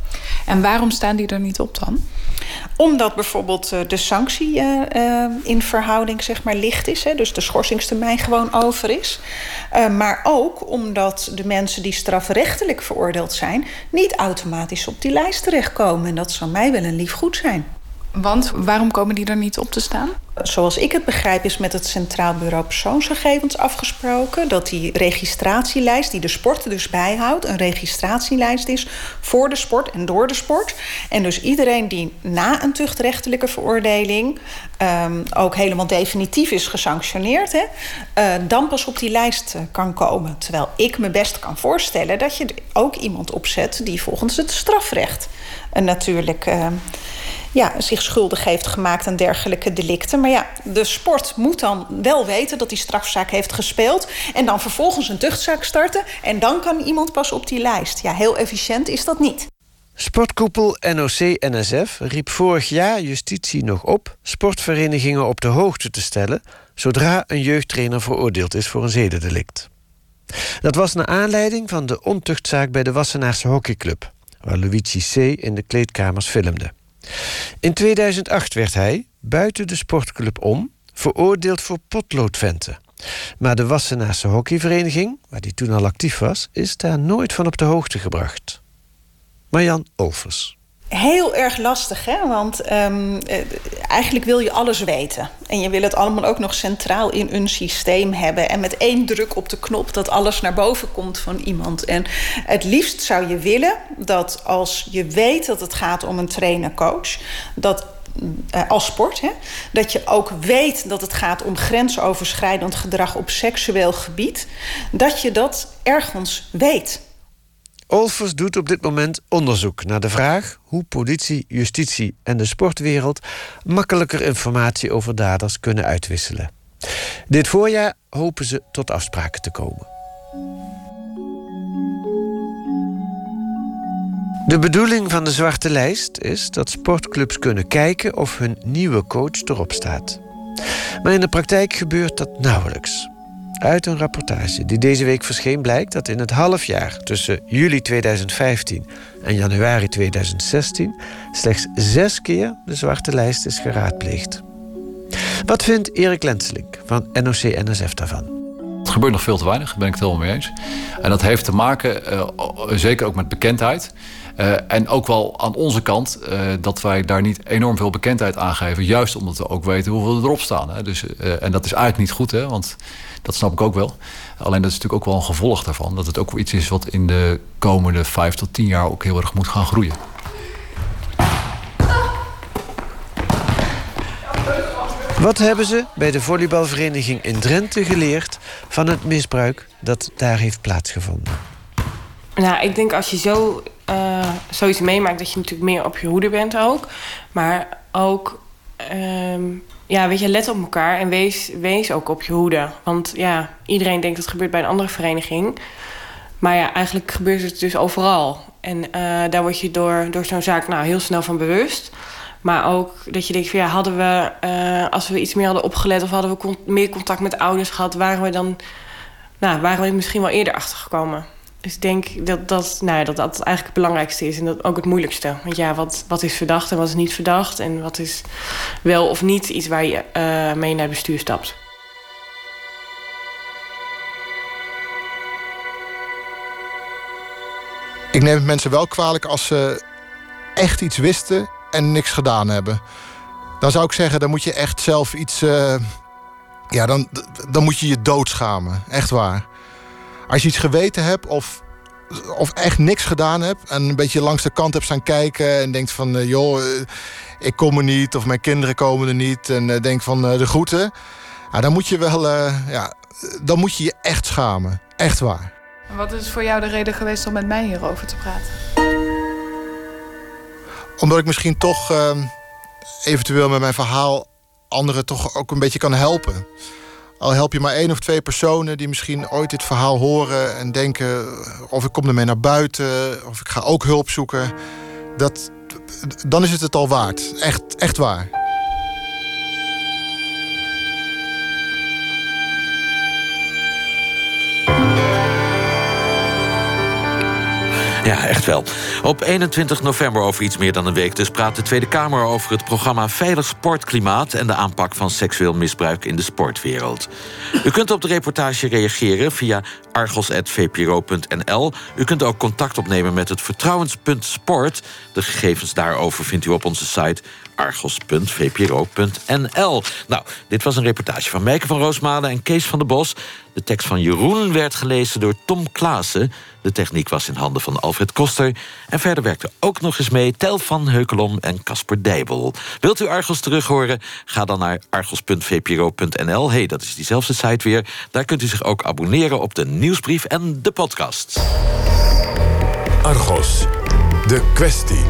Speaker 12: En waarom staan die er niet op dan?
Speaker 6: Omdat bijvoorbeeld de sanctie uh, uh, in verhouding zeg maar licht is. Hè, dus de schorsingstermijn gewoon over is. Uh, maar ook omdat de mensen die strafrechtelijk veroordeeld zijn, niet automatisch op die lijst terechtkomen. En dat zou mij wel een lief goed zijn.
Speaker 12: Want waarom komen die er niet op te staan?
Speaker 6: Zoals ik het begrijp is met het Centraal Bureau Persoonsgegevens afgesproken dat die registratielijst die de sport dus bijhoudt een registratielijst is voor de sport en door de sport. En dus iedereen die na een tuchtrechtelijke veroordeling um, ook helemaal definitief is gesanctioneerd, hè, uh, dan pas op die lijst uh, kan komen. Terwijl ik me best kan voorstellen dat je er ook iemand opzet die volgens het strafrecht uh, natuurlijk Uh, ja, zich schuldig heeft gemaakt aan dergelijke delicten. Maar ja, de sport moet dan wel weten dat die strafzaak heeft gespeeld en dan vervolgens een tuchtzaak starten en dan kan iemand pas op die lijst. Ja, heel efficiënt is dat niet.
Speaker 7: Sportkoepel N O C N S F riep vorig jaar justitie nog op sportverenigingen op de hoogte te stellen zodra een jeugdtrainer veroordeeld is voor een zedendelict. Dat was naar aanleiding van de ontuchtzaak bij de Wassenaarse hockeyclub, waar Luigi C. in de kleedkamers filmde. In tweeduizend acht werd hij, buiten de sportclub om, veroordeeld voor potloodventen. Maar de Wassenaarse hockeyvereniging, waar hij toen al actief was, is daar nooit van op de hoogte gebracht. Marjan Olvers.
Speaker 6: Heel erg lastig, hè? Want um, eigenlijk wil je alles weten. En je wil het allemaal ook nog centraal in een systeem hebben. En met één druk op de knop dat alles naar boven komt van iemand. En het liefst zou je willen dat als je weet dat het gaat om een trainer-coach, dat uh, als sport. Hè? Dat je ook weet dat het gaat om grensoverschrijdend gedrag op seksueel gebied. Dat je dat ergens weet.
Speaker 7: Olfers doet op dit moment onderzoek naar de vraag hoe politie, justitie en de sportwereld makkelijker informatie over daders kunnen uitwisselen. Dit voorjaar hopen ze tot afspraken te komen. De bedoeling van de zwarte lijst is dat sportclubs kunnen kijken of hun nieuwe coach erop staat. Maar in de praktijk gebeurt dat nauwelijks. Uit een rapportage die deze week verscheen blijkt dat in het halfjaar tussen juli tweeduizend vijftien en januari tweeduizend zestien slechts zes keer de zwarte lijst is geraadpleegd. Wat vindt Erik Lenselink van N O C N S F daarvan?
Speaker 13: Het gebeurt nog veel te weinig, daar ben ik het helemaal mee eens. En dat heeft te maken, uh, zeker ook met bekendheid. Uh, en ook wel aan onze kant uh, dat wij daar niet enorm veel bekendheid aan geven. Juist omdat we ook weten hoeveel er erop staan. Hè. Dus, uh, en dat is eigenlijk niet goed, hè, want dat snap ik ook wel. Alleen dat is natuurlijk ook wel een gevolg daarvan. Dat het ook wel iets is wat in de komende vijf tot tien jaar ook heel erg moet gaan groeien.
Speaker 7: Wat hebben ze bij de volleybalvereniging in Drenthe geleerd van het misbruik dat daar heeft plaatsgevonden?
Speaker 4: Nou, ik denk als je zo, uh, zoiets meemaakt dat je natuurlijk meer op je hoede bent ook. Maar ook, um, ja, weet je, let op elkaar en wees, wees ook op je hoede. Want ja, iedereen denkt dat het gebeurt bij een andere vereniging. Maar ja, eigenlijk gebeurt het dus overal. En uh, daar word je door, door zo'n zaak nou, heel snel van bewust. Maar ook dat je denkt van ja, hadden we, uh, als we iets meer hadden opgelet of hadden we con- meer contact met ouders gehad, waren we dan, nou, waren we er misschien wel eerder achter gekomen. Dus ik denk dat dat, nou ja, dat dat eigenlijk het belangrijkste is en dat ook het moeilijkste. Want ja, wat, wat is verdacht en wat is niet verdacht en wat is wel of niet iets waar je uh, mee naar het bestuur stapt.
Speaker 8: Ik neem het mensen wel kwalijk als ze echt iets wisten en niks gedaan hebben. Dan zou ik zeggen, dan moet je echt zelf iets, Uh, ja, dan, dan moet je je doodschamen. Echt waar. Als je iets geweten hebt of, of echt niks gedaan hebt en een beetje langs de kant hebt staan kijken en denkt van, uh, joh, uh, ik kom er niet of mijn kinderen komen er niet en uh, denk van uh, de groeten. Ja, dan moet je wel, uh, ja, dan moet je je echt schamen. Echt waar.
Speaker 12: En wat is voor jou de reden geweest om met mij hierover te praten?
Speaker 8: Omdat ik misschien toch uh, eventueel met mijn verhaal anderen toch ook een beetje kan helpen. Al help je maar één of twee personen die misschien ooit dit verhaal horen en denken, of ik kom ermee naar buiten, of ik ga ook hulp zoeken. Dat, dan is het het al waard. Echt, echt waar.
Speaker 2: Ja, echt wel. Op eenentwintig november, over iets meer dan een week dus, praat de Tweede Kamer over het programma Veilig Sportklimaat en de aanpak van seksueel misbruik in de sportwereld. U kunt op de reportage reageren via argos punt v p r o punt n l. U kunt ook contact opnemen met het vertrouwenspunt sport. De gegevens daarover vindt u op onze site argos punt v p r o punt n l. Nou, dit was een reportage van Meike van Roosmalen en Kees van der Bos. De tekst van Jeroen werd gelezen door Tom Klaassen. De techniek was in handen van Alfred Koster. En verder werkte ook nog eens mee Tel van Heukelom en Casper Dijbel. Wilt u Argos terug horen? Ga dan naar argos punt v p r o punt n l. Hey, dat is diezelfde site weer. Daar kunt u zich ook abonneren op de nieuwsbrief en de podcast.
Speaker 1: Argos, de kwestie.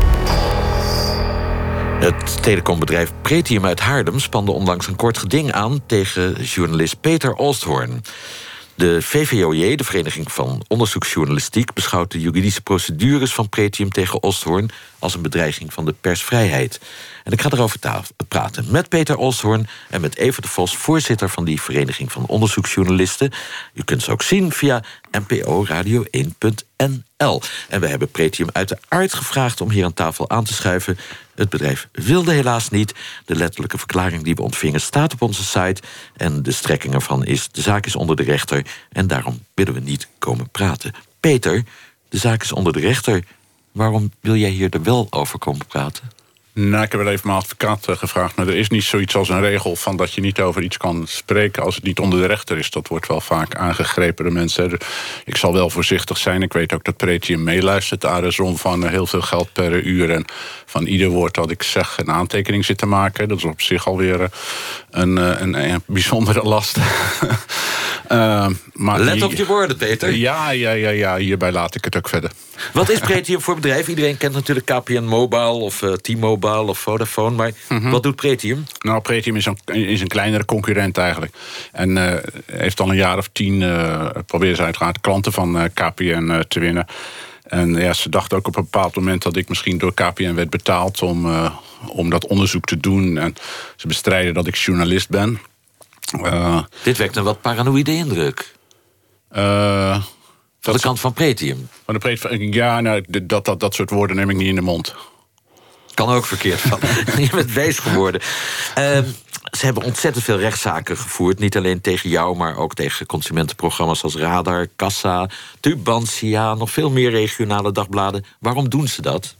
Speaker 2: Het telecombedrijf Pretium uit Haarlem spande onlangs een kort geding aan tegen journalist Peter Oosthoorn. De V V O J, de Vereniging van Onderzoeksjournalistiek, beschouwt de juridische procedures van Pretium tegen Oosthoorn als een bedreiging van de persvrijheid. En ik ga erover praten met Peter Oosthoorn en met Eva de Vos, voorzitter van die Vereniging van Onderzoeksjournalisten. U kunt ze ook zien via n p o radio één punt n l. En we hebben Pretium uiteraard gevraagd om hier aan tafel aan te schuiven. Het bedrijf wilde helaas niet. De letterlijke verklaring die we ontvingen staat op onze site. En de strekking ervan is: de zaak is onder de rechter en daarom willen we niet komen praten. Peter, de zaak is onder de rechter. Waarom wil jij hier er wel over komen praten?
Speaker 11: Nou, ik heb wel even mijn advocaat uh, gevraagd... maar er is niet zoiets als een regel van dat je niet over iets kan spreken... als het niet onder de rechter is. Dat wordt wel vaak aangegrepen door mensen. Dus ik zal wel voorzichtig zijn. Ik weet ook dat Pretium meeluistert. Aan de som van uh, heel veel geld per uur. En van ieder woord dat ik zeg een aantekening zit te maken. Dat is op zich alweer uh, een, uh, een, een bijzondere last. uh, maar
Speaker 2: Let
Speaker 11: die,
Speaker 2: op je woorden, Peter.
Speaker 11: Ja, ja, ja, ja, hierbij laat ik het ook verder.
Speaker 2: Wat is Pretium voor bedrijf? Iedereen kent natuurlijk K P N Mobile of uh, T-Mobile of Vodafone. Maar mm-hmm. wat doet Pretium?
Speaker 11: Nou, Pretium is een, is een kleinere concurrent eigenlijk. En uh, heeft al een jaar of tien uh, proberen ze uiteraard klanten van uh, K P N uh, te winnen. En ja, ze dachten ook op een bepaald moment dat ik misschien door K P N werd betaald om, uh, om dat onderzoek te doen. En ze bestrijden dat ik journalist ben. Uh,
Speaker 2: Dit wekt een wat paranoïde indruk.
Speaker 11: Uh,
Speaker 2: Van de kant van Pretium?
Speaker 11: Van de Pretium, ja, nou, dat, dat, dat soort woorden neem ik niet in de mond.
Speaker 2: Kan ook verkeerd van. Je bent wijs geworden. Uh, ze hebben ontzettend veel rechtszaken gevoerd. Niet alleen tegen jou, maar ook tegen consumentenprogramma's als Radar, Kassa, Tubantia, nog veel meer regionale dagbladen. Waarom doen ze dat?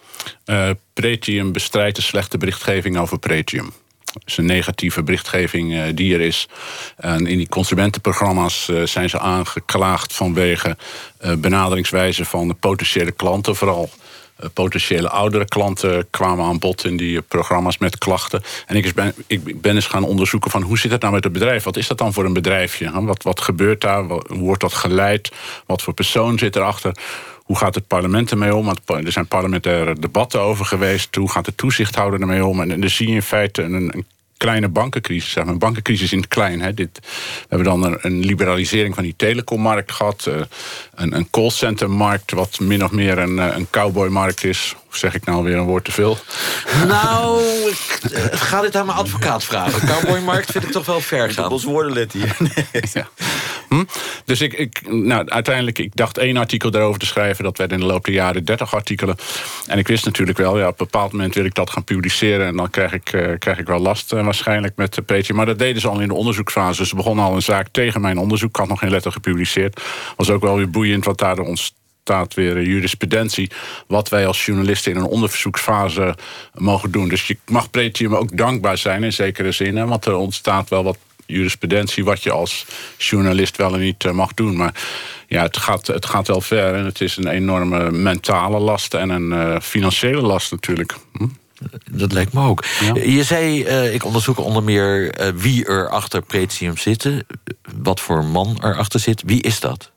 Speaker 11: Uh, Pretium bestrijdt de slechte berichtgeving over Pretium. Dat is een negatieve berichtgeving uh, die er is. En in die consumentenprogramma's uh, zijn ze aangeklaagd vanwege uh, benaderingswijze van de potentiële klanten. Vooral uh, potentiële oudere klanten kwamen aan bod in die uh, programma's met klachten. En ik ben, ik ben eens gaan onderzoeken van hoe zit het nou met het bedrijf? Wat is dat dan voor een bedrijfje? Wat, wat gebeurt daar? Wat, hoe wordt dat geleid? Wat voor persoon zit erachter? Hoe gaat het parlement ermee om? Want er zijn parlementaire debatten over geweest. Hoe gaat de toezichthouder ermee om? En, en dan zie je in feite een, een kleine bankencrisis. Zeg maar, een bankencrisis in het klein. Hè. Dit, we hebben dan een, een liberalisering van die telecommarkt gehad. Uh, een, een callcentermarkt wat min of meer een, een cowboymarkt is. Of zeg ik nou weer een woord te veel?
Speaker 2: Nou, ik uh, ga dit aan mijn advocaat vragen. Cowboymarkt vind ik toch wel ver gaan.
Speaker 14: Ons woorden let hier. Nee.
Speaker 11: Ja. Hm? Dus ik, ik, nou, uiteindelijk, ik dacht één artikel daarover te schrijven. Dat werd in de loop der jaren dertig artikelen. En ik wist natuurlijk wel, ja, op een bepaald moment wil ik dat gaan publiceren. En dan krijg ik, uh, krijg ik wel last uh, waarschijnlijk met de Pretium. Maar dat deden ze al in de onderzoeksfase. Dus ze begonnen al een zaak tegen mijn onderzoek. Ik had nog geen letter gepubliceerd. Was ook wel weer boeiend, want daardoor ontstaat weer jurisprudentie. Wat wij als journalisten in een onderzoeksfase mogen doen. Dus je mag Pretium ook dankbaar zijn in zekere zin. Hè, want er ontstaat wel wat jurisprudentie wat je als journalist wel en niet uh, mag doen. Maar ja, het gaat, het gaat wel ver. En het is een enorme mentale last en een uh, financiële last natuurlijk. Hm?
Speaker 2: Dat lijkt me ook. Ja. Je zei, uh, ik onderzoek onder meer uh, wie er achter Pretium zitten. Wat voor man er achter zit. Wie is dat?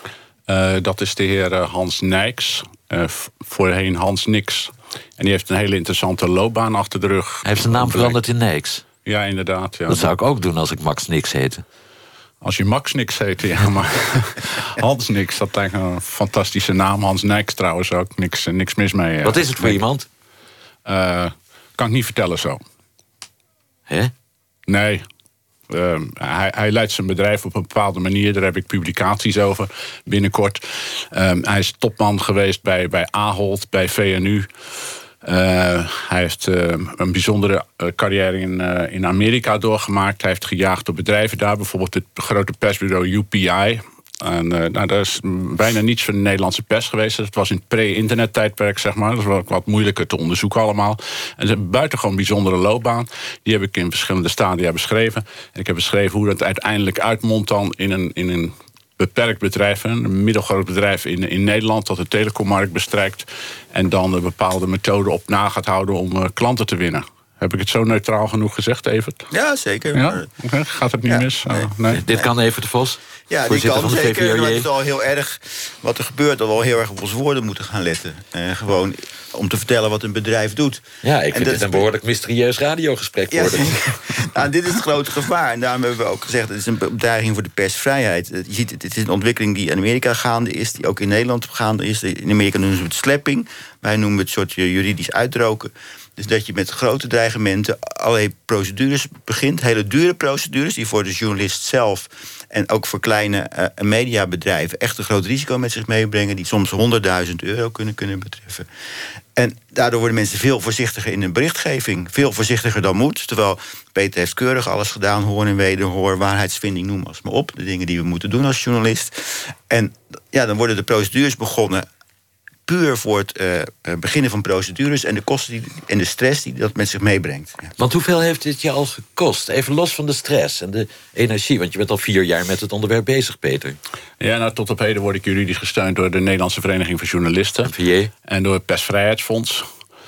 Speaker 11: Uh, dat is de heer uh, Hans Nijks. Uh, voorheen Hans Nix. En die heeft een hele interessante loopbaan achter de rug.
Speaker 2: Hij heeft zijn naam veranderd in Nijks.
Speaker 11: Ja, inderdaad. Ja.
Speaker 2: Dat zou ik ook doen als ik Max Nix heette.
Speaker 11: Als je Max Nix heette, ja, maar Hans Nix, dat lijkt een fantastische naam. Hans Nijks trouwens ook, niks, niks mis mee. Ja.
Speaker 2: Wat is het voor iemand?
Speaker 11: Uh, kan ik niet vertellen zo.
Speaker 2: Hè?
Speaker 11: Nee. Uh, hij, hij leidt zijn bedrijf op een bepaalde manier. Daar heb ik publicaties over binnenkort. Uh, hij is topman geweest bij, bij Ahold, bij V N U. Uh, hij heeft uh, een bijzondere uh, carrière in, uh, in Amerika doorgemaakt. Hij heeft gejaagd op bedrijven daar. Bijvoorbeeld het grote persbureau U P I. En, uh, nou, daar is bijna niets van de Nederlandse pers geweest. Het was in het pre-internet tijdperk, zeg maar. Dat is wel wat moeilijker te onderzoeken allemaal. En het is een buitengewoon bijzondere loopbaan. Die heb ik in verschillende stadia beschreven. En ik heb beschreven hoe dat uiteindelijk uitmondt dan in een, in een beperkt bedrijf, een middelgroot bedrijf in, in Nederland dat de telecommarkt bestrijkt en dan een bepaalde methode op na gaat houden om uh, klanten te winnen. Heb ik het zo neutraal genoeg gezegd, Evert?
Speaker 14: Ja, zeker.
Speaker 11: Ja? Okay. Gaat het niet ja, mis?
Speaker 14: Nee.
Speaker 11: Oh, nee.
Speaker 2: Dit kan Evert de Vos.
Speaker 14: Ja, die kan zeker. Maar het is al heel erg wat er gebeurt, dat we al heel erg op onze woorden moeten gaan letten. Uh, gewoon om te vertellen wat een bedrijf doet.
Speaker 2: Ja, ik vind dit een behoorlijk mysterieus radiogesprek worden.
Speaker 14: Ja, nou, dit is het grote gevaar. En daarom hebben we ook gezegd, het is een bedreiging voor de persvrijheid. Je ziet, het is een ontwikkeling die in Amerika gaande is, die ook in Nederland gaande is. In Amerika noemen ze het slapping. Wij noemen het een soort juridisch uitroken. Dus dat je met grote dreigementen allerlei procedures begint. Hele dure procedures die voor de journalist zelf en ook voor kleine uh, mediabedrijven echt een groot risico met zich meebrengen, die soms honderdduizend euro kunnen, kunnen betreffen. En daardoor worden mensen veel voorzichtiger in hun berichtgeving. Veel voorzichtiger dan moet. Terwijl Peter heeft keurig alles gedaan. Hoor en wederhoor, waarheidsvinding, noem maar maar op. De dingen die we moeten doen als journalist. En ja, dan worden de procedures begonnen puur voor het uh, beginnen van procedures en de kosten die, en de stress die dat met zich meebrengt. Ja.
Speaker 2: Want hoeveel heeft dit je al gekost? Even los van de stress en de energie, want je bent al vier jaar met het onderwerp bezig, Peter.
Speaker 11: Ja, nou, tot op heden word ik juridisch gesteund door de Nederlandse Vereniging van Journalisten.
Speaker 2: N V J.
Speaker 11: En door het Persvrijheidsfonds.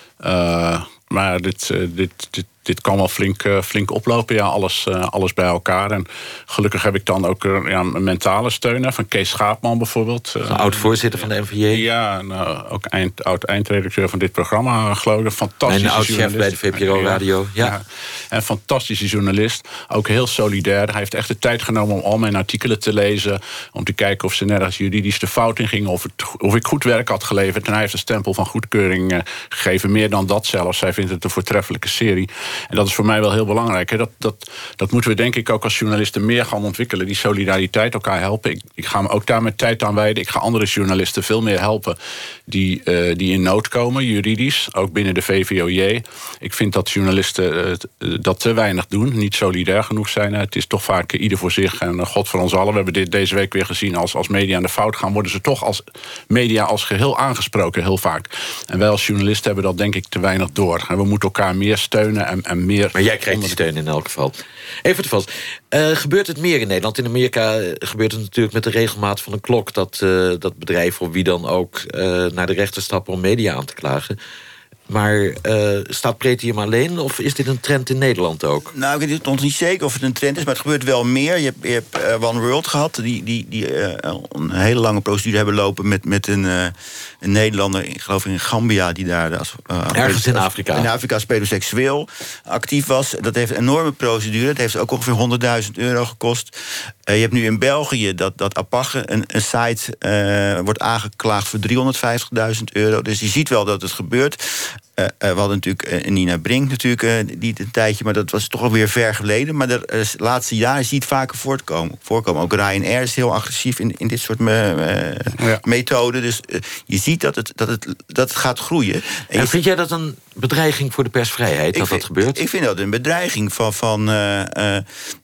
Speaker 11: Uh, maar dit, uh, dit, dit, dit kan wel flink, uh, flink oplopen, ja, alles, uh, alles bij elkaar. En gelukkig heb ik dan ook uh, ja, een mentale steun, hè, van Kees Schaapman bijvoorbeeld. Uh,
Speaker 2: oud-voorzitter van de N V J.
Speaker 11: Ja, en, uh, ook eind, oud-eindredacteur van dit programma, geloof ik. Een fantastische
Speaker 2: Mijn oud-chef bij de V P R O Radio. Ja.
Speaker 11: Ja. En fantastische journalist. Ook heel solidair. Hij heeft echt de tijd genomen om al mijn artikelen te lezen. Om te kijken of ze nergens juridisch de fout in gingen. Of, het, of ik goed werk had geleverd. En hij heeft een stempel van goedkeuring uh, gegeven. Meer dan dat zelfs. Hij vindt het een voortreffelijke serie. En dat is voor mij wel heel belangrijk. Hè. Dat, dat, dat moeten we denk ik ook als journalisten meer gaan ontwikkelen. Die solidariteit, elkaar helpen. Ik, ik ga me ook daar met tijd aan wijden. Ik ga andere journalisten veel meer helpen die, uh, die in nood komen, juridisch. Ook binnen de V V O J. Ik vind dat journalisten uh, dat te weinig doen. Niet solidair genoeg zijn. Het is toch vaak ieder voor zich en uh, God voor ons allen. We hebben dit deze week weer gezien. Als, als media aan de fout gaan, worden ze toch als media als geheel aangesproken, heel vaak. En wij als journalisten hebben dat denk ik te weinig door. En we moeten elkaar meer steunen en, en meer...
Speaker 2: Maar jij krijgt die steun in elk geval. Even te vast. Uh, gebeurt het meer in Nederland? In Amerika gebeurt het natuurlijk met de regelmaat van een klok... dat, uh, dat bedrijven of wie dan ook uh, naar de rechter stappen om media aan te klagen. Maar uh, staat Pretium alleen of is dit een trend in Nederland ook?
Speaker 14: Nou, ik weet nog niet zeker of het een trend is, maar het gebeurt wel meer. Je hebt, je hebt uh, One World gehad, die, die, die uh, een hele lange procedure hebben lopen... met, met een, uh, een Nederlander, ik geloof in Gambia... die daar als, uh,
Speaker 2: ergens in Afrika.
Speaker 14: In Afrika als pedoseksueel actief was. Dat heeft een enorme procedure. Dat heeft ook ongeveer honderdduizend euro gekost. Uh, je hebt nu in België dat, dat Apage, een, een site, uh, wordt aangeklaagd voor driehonderdvijftigduizend euro. Dus je ziet wel dat het gebeurt. Uh, uh, we hadden natuurlijk uh, Nina Brink natuurlijk, uh, die een tijdje, maar dat was toch alweer ver geleden. Maar de uh, laatste jaren zie je het vaker voortkomen. voorkomen. Ook Ryanair is heel agressief in, in dit soort me, uh, ja. methoden. Dus uh, je ziet dat het, dat, het, dat het gaat groeien. En,
Speaker 2: en
Speaker 14: je
Speaker 2: vind jij dat een bedreiging voor de persvrijheid, dat
Speaker 14: vind,
Speaker 2: dat gebeurt?
Speaker 14: Ik vind dat een bedreiging van... van uh, uh,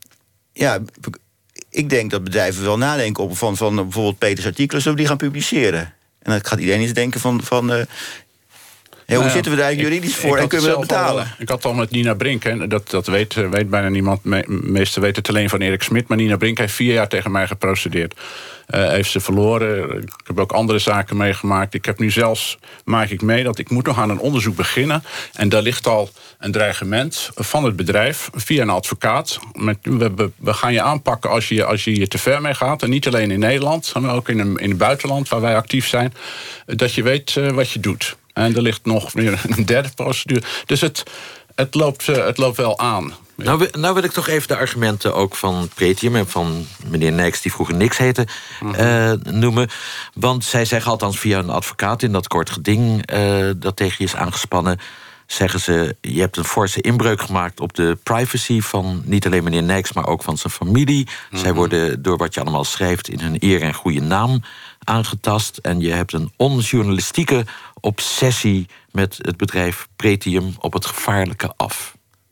Speaker 14: ja, ik denk dat bedrijven wel nadenken op van, van bijvoorbeeld Peters artikelen, zullen we die gaan publiceren. En dan gaat iedereen eens denken van... van uh, Hey, hoe nou ja, zitten we daar juridisch voor en kunnen we dat betalen?
Speaker 11: Al, ik had al met Nina Brink, en dat, dat weet, weet bijna niemand... Me, meesten weten het alleen van Erik Smit... maar Nina Brink heeft vier jaar tegen mij geprocedeerd. Uh, heeft ze verloren. Ik heb ook andere zaken meegemaakt. Ik heb nu zelfs, maak ik mee, dat ik moet nog aan een onderzoek beginnen. En daar ligt al een dreigement van het bedrijf via een advocaat. Met, we, we, we gaan je aanpakken als je, als je hier te ver mee gaat. En niet alleen in Nederland, maar ook in, een, in het buitenland... waar wij actief zijn, dat je weet uh, wat je doet. En er ligt nog weer een derde procedure. Dus het, het, loopt, het loopt wel aan.
Speaker 2: Nou, nou wil ik toch even de argumenten ook van Pretium... en van meneer Nijks, die vroeger niks heette, mm-hmm. uh, noemen. Want zij zeggen althans via een advocaat in dat kort geding... Uh, dat tegen je is aangespannen... zeggen ze, je hebt een forse inbreuk gemaakt op de privacy... van niet alleen meneer Nijks, maar ook van zijn familie. Mm-hmm. Zij worden door wat je allemaal schrijft... in hun eer en goede naam aangetast. En je hebt een onjournalistieke obsessie met het bedrijf Pretium op het gevaarlijke af.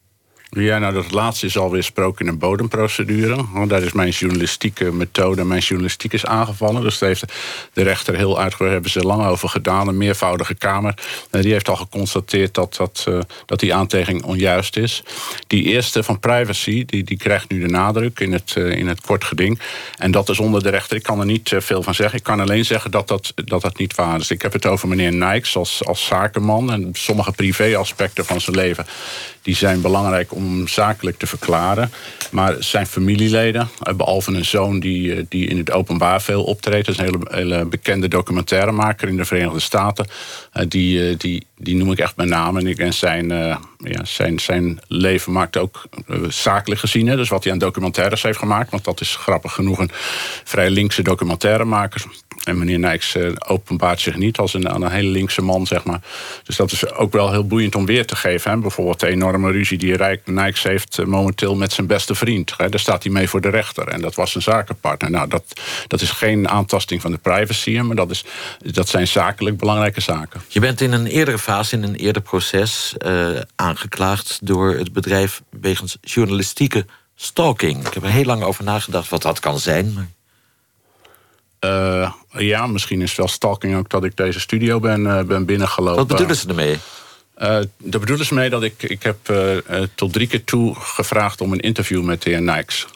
Speaker 11: Ja, nou, dat laatste is alweer gesproken in een bodemprocedure. Want daar is mijn journalistieke methode, mijn journalistiek is aangevallen. Dus daar heeft de rechter heel uitgebreid, hebben ze lang over gedaan. Een meervoudige kamer. Die heeft al geconstateerd dat, dat, uh, dat die aantekening onjuist is. Die eerste van privacy, die, die krijgt nu de nadruk in het, uh, in het kort geding. En dat is onder de rechter. Ik kan er niet uh, veel van zeggen. Ik kan alleen zeggen dat dat, dat, dat niet waar is. Ik heb het over meneer Nijks als, als zakenman. En sommige privéaspecten van zijn leven, die zijn belangrijk om zakelijk te verklaren. Maar zijn familieleden, behalve een zoon die, die in het openbaar veel optreedt... dat is een hele, hele bekende documentairemaker in de Verenigde Staten... die, die, die noem ik echt bij naam. En, ik, en zijn, uh, ja, zijn, zijn leven maakt ook uh, zakelijk gezien. Hè, dus wat hij aan documentaires heeft gemaakt... want dat is grappig genoeg een vrij linkse documentairemaker... En meneer Nijks uh, openbaart zich niet als een, een hele linkse man, zeg maar. Dus dat is ook wel heel boeiend om weer te geven. Hè. Bijvoorbeeld de enorme ruzie die Rijk, Nijks heeft uh, momenteel met zijn beste vriend. Hè. Daar staat hij mee voor de rechter. En dat was een zakenpartner. Nou, dat, dat is geen aantasting van de privacy, maar dat, is, dat zijn zakelijk belangrijke zaken.
Speaker 2: Je bent in een eerdere fase, in een eerder proces... Uh, aangeklaagd door het bedrijf wegens journalistieke stalking. Ik heb er heel lang over nagedacht wat dat kan zijn, maar...
Speaker 11: Uh, ja, misschien is het wel stalking ook dat ik deze studio ben, uh, ben binnengelopen.
Speaker 2: Wat bedoelen ze ermee?
Speaker 11: Uh, daar bedoelen ze mee dat ik... Ik heb uh, uh, tot drie keer toe gevraagd om een interview met de heer Nijks.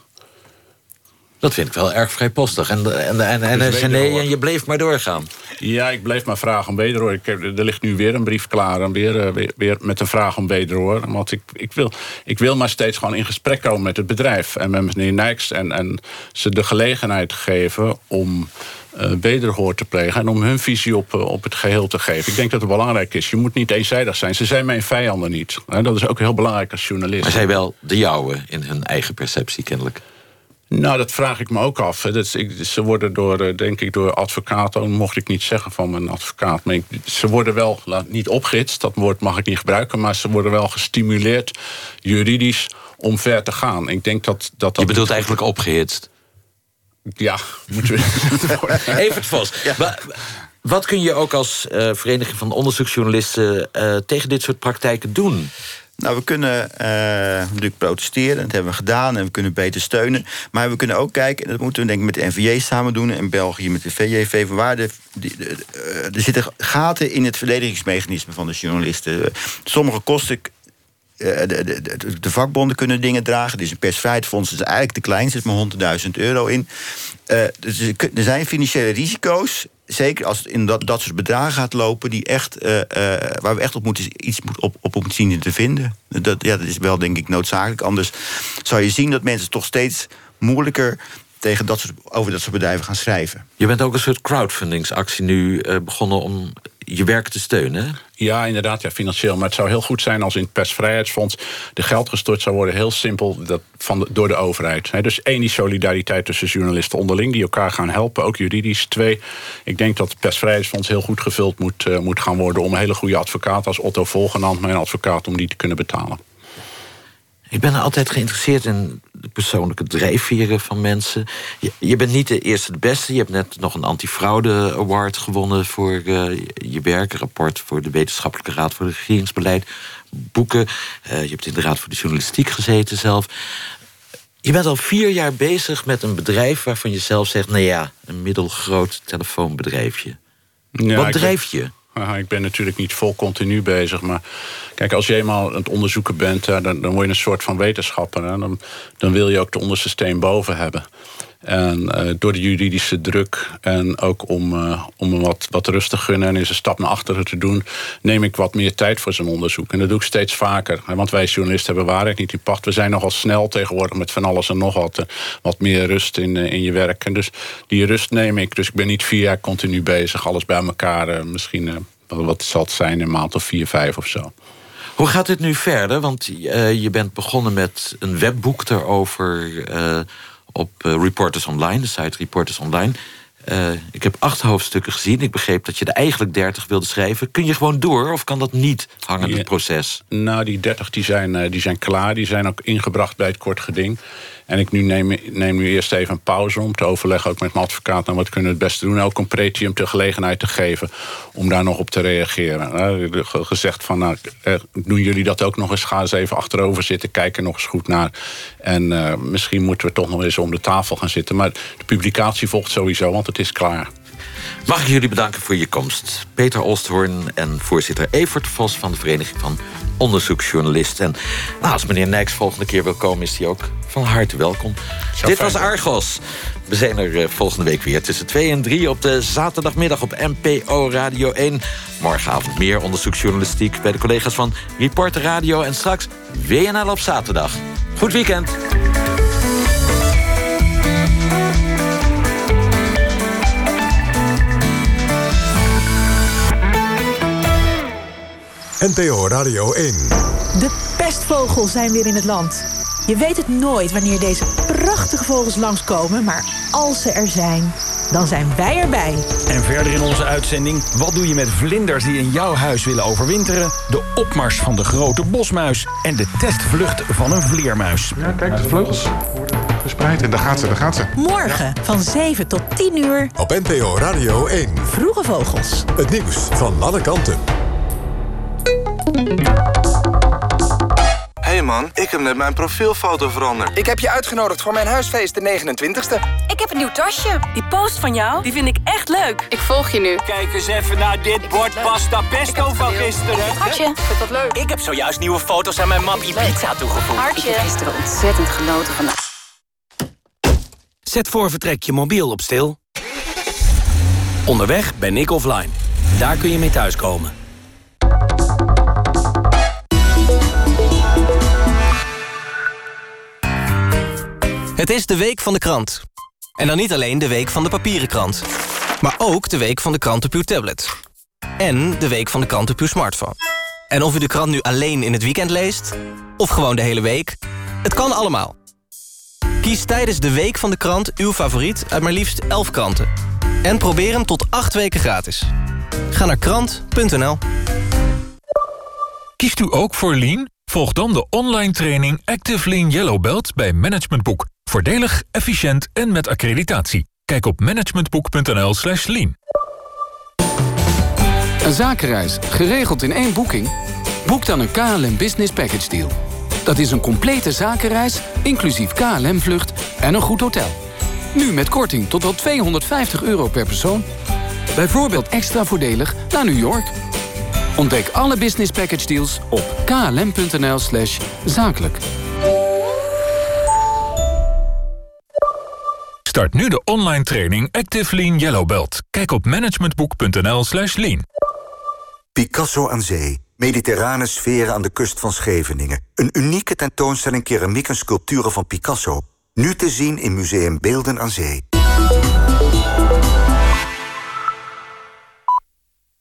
Speaker 2: Dat vind ik wel erg vrijpostig. En, en, en, en, dus en, nee, en je bleef maar doorgaan.
Speaker 11: Ja, ik bleef maar vragen om wederhoor. Ik heb, er ligt nu weer een brief klaar. En weer, uh, weer, weer met een vraag om wederhoor. Want ik, ik, wil, ik wil maar steeds gewoon in gesprek komen met het bedrijf. En met meneer Nijks. En, en ze de gelegenheid geven om uh, wederhoor te plegen. En om hun visie op, uh, op het geheel te geven. Ik denk dat het belangrijk is. Je moet niet eenzijdig zijn. Ze zijn mijn vijanden niet. Uh, dat is ook heel belangrijk als journalist.
Speaker 2: Maar zij wel de jouwe in hun eigen perceptie kennelijk.
Speaker 11: Nou, dat vraag ik me ook af. Dat is, ik, ze worden door, denk ik, door advocaten... mocht ik niet zeggen van mijn advocaat... maar ik, ze worden wel, niet opgehitst, dat woord mag ik niet gebruiken... maar ze worden wel gestimuleerd, juridisch, om ver te gaan. Ik denk dat, dat, dat
Speaker 2: Je bedoelt eigenlijk opgehitst?
Speaker 11: Ja, moeten we...
Speaker 2: Evert Vos, ja. Wat kun je ook als uh, Vereniging van Onderzoeksjournalisten... Uh, tegen dit soort praktijken doen?
Speaker 14: Nou, we kunnen uh, natuurlijk protesteren, dat hebben we gedaan... en we kunnen beter steunen. Maar we kunnen ook kijken, en dat moeten we denk ik met de N V J samen doen... en België met de V J V, van waar de, de, de, uh, er zitten gaten in het verdedigingsmechanisme van de journalisten. Sommige kosten... Uh, de, de, de, de vakbonden kunnen dingen dragen. Er is een persvrijheidsfonds, dat is eigenlijk te klein. Er zit maar honderdduizend euro in. Uh, dus er zijn financiële risico's... zeker als het in dat, dat soort bedragen gaat lopen... Die echt, uh, uh, waar we echt op moeten, iets op, op moeten zien te vinden. Dat, ja, dat is wel, denk ik, noodzakelijk. Anders zou je zien dat mensen toch steeds moeilijker... tegen dat soort, over dat soort bedrijven gaan schrijven.
Speaker 2: Je bent ook een soort crowdfundingsactie nu uh, begonnen... om je werk te steunen.
Speaker 11: Ja, inderdaad, ja, financieel. Maar het zou heel goed zijn als in het persvrijheidsfonds... de geld gestort zou worden, heel simpel, dat van de, door de overheid. He, dus één, die solidariteit tussen journalisten onderling... die elkaar gaan helpen, ook juridisch. Twee, ik denk dat het persvrijheidsfonds heel goed gevuld moet, uh, moet gaan worden... om een hele goede advocaat als Otto Volgenand... mijn advocaat, om die te kunnen betalen.
Speaker 2: Ik ben altijd geïnteresseerd in de persoonlijke drijfveren van mensen. Je, je bent niet de eerste de beste. Je hebt net nog een antifraude award gewonnen voor uh, je werk. Een rapport voor de Wetenschappelijke Raad voor het Regeringsbeleid. Boeken. Uh, je hebt in de Raad voor de Journalistiek gezeten zelf. Je bent al vier jaar bezig met een bedrijf waarvan je zelf zegt... nou ja, een middelgroot telefoonbedrijfje. Ja, Wat drijf je?
Speaker 11: Aha, ik ben natuurlijk niet vol continu bezig, maar kijk, als je eenmaal aan het onderzoeken bent, dan, dan word je een soort van wetenschapper. Hè? Dan, dan wil je ook de onderste steen boven hebben. En uh, door de juridische druk en ook om, uh, om hem wat, wat rust te gunnen en eens een stap naar achteren te doen, neem ik wat meer tijd voor zo'n onderzoek. En dat doe ik steeds vaker. Want wij journalisten hebben waarheid niet in pacht. We zijn nogal snel tegenwoordig met van alles en nog wat. Uh, wat meer rust in, uh, in je werk. En dus die rust neem ik. Dus ik ben niet vier jaar continu bezig. Alles bij elkaar. Uh, misschien, uh, wat zal het zijn, een maand of vier, vijf of zo.
Speaker 2: Hoe gaat dit nu verder? Want uh, je bent begonnen met een webboek daarover... Uh, op uh, Reporters Online, de site Reporters Online. Uh, ik heb acht hoofdstukken gezien. Ik begreep dat je er eigenlijk dertig wilde schrijven. Kun je gewoon door of kan dat niet hangen,
Speaker 11: ja,
Speaker 2: het proces?
Speaker 11: Nou, die dertig die zijn, uh, die zijn klaar. Die zijn ook ingebracht bij het kort geding. En ik nu neem, neem nu eerst even een pauze om te overleggen... ook met mijn advocaat naar wat kunnen we het beste doen. Ook om Pretium de gelegenheid te geven om daar nog op te reageren. Uh, gezegd van, nou, uh, doen jullie dat ook nog eens? Ga eens even achterover zitten, kijk er nog eens goed naar. En uh, misschien moeten we toch nog eens om de tafel gaan zitten. Maar de publicatie volgt sowieso, want het is klaar.
Speaker 2: Mag ik jullie bedanken voor je komst. Peter Olsthoorn en voorzitter Evert Vos van de Vereniging van Onderzoeksjournalisten. En nou, als meneer Nijks volgende keer wil komen, is hij ook van harte welkom. Dit was Argos. We zijn er uh, volgende week weer tussen twee en drie op de zaterdagmiddag op N P O Radio één. Morgenavond meer onderzoeksjournalistiek bij de collega's van Reporter Radio. En straks W N L op zaterdag. Goed weekend.
Speaker 1: N P O Radio één.
Speaker 15: De pestvogels zijn weer in het land. Je weet het nooit wanneer deze prachtige vogels langskomen, maar als ze er zijn, dan zijn wij erbij.
Speaker 16: En verder in onze uitzending, wat doe je met vlinders die in jouw huis willen overwinteren? De opmars van de grote bosmuis en de testvlucht van een vleermuis.
Speaker 17: Ja, kijk, de vleugels worden verspreid en daar gaat ze, daar gaat ze.
Speaker 15: Morgen ja. van zeven tot tien uur
Speaker 1: op N P O Radio één.
Speaker 15: Vroege Vogels.
Speaker 1: Het nieuws van alle kanten.
Speaker 18: Hey hey man, ik heb net mijn profielfoto veranderd.
Speaker 19: Ik heb je uitgenodigd voor mijn huisfeest de negenentwintigste.
Speaker 20: Ik heb een nieuw tasje. Die post van jou, die vind ik echt leuk. Ik volg je nu.
Speaker 21: Kijk eens even naar dit bord pasta pesto van gisteren.
Speaker 20: Hartje, vind dat leuk?
Speaker 21: Ik heb zojuist nieuwe foto's aan mijn map Ibiza toegevoegd.
Speaker 20: Hartje. Ik heb gisteren ontzettend genoten van de...
Speaker 22: Zet voor vertrek je mobiel op stil. Onderweg ben ik offline. Daar kun je mee thuiskomen.
Speaker 23: Het is de week van de krant. En dan niet alleen de week van de papieren krant. Maar ook de week van de krant op uw tablet. En de week van de krant op uw smartphone. En of u de krant nu alleen in het weekend leest... of gewoon de hele week, het kan allemaal. Kies tijdens de week van de krant uw favoriet uit maar liefst elf kranten. En probeer hem tot acht weken gratis. Ga naar krant punt n l.
Speaker 24: Kiest u ook voor Lean? Volg dan de online training Active Lean Yellow Belt bij Management Boek. Voordelig, efficiënt en met accreditatie. Kijk op managementboek punt n l slash lean.
Speaker 25: Een zakenreis, geregeld in één boeking? Boek dan een K L M Business Package Deal. Dat is een complete zakenreis, inclusief K L M-vlucht en een goed hotel. Nu met korting tot wel tweehonderdvijftig euro per persoon. Bijvoorbeeld extra voordelig naar New York. Ontdek alle business package deals op klm punt n l slash zakelijk.
Speaker 24: Start nu de online training Active Lean Yellow Belt. Kijk op managementboek punt n l slash lean.
Speaker 26: Picasso aan zee. Mediterrane sferen aan de kust van Scheveningen. Een unieke tentoonstelling keramiek en sculpturen van Picasso. Nu te zien in Museum Beelden aan Zee.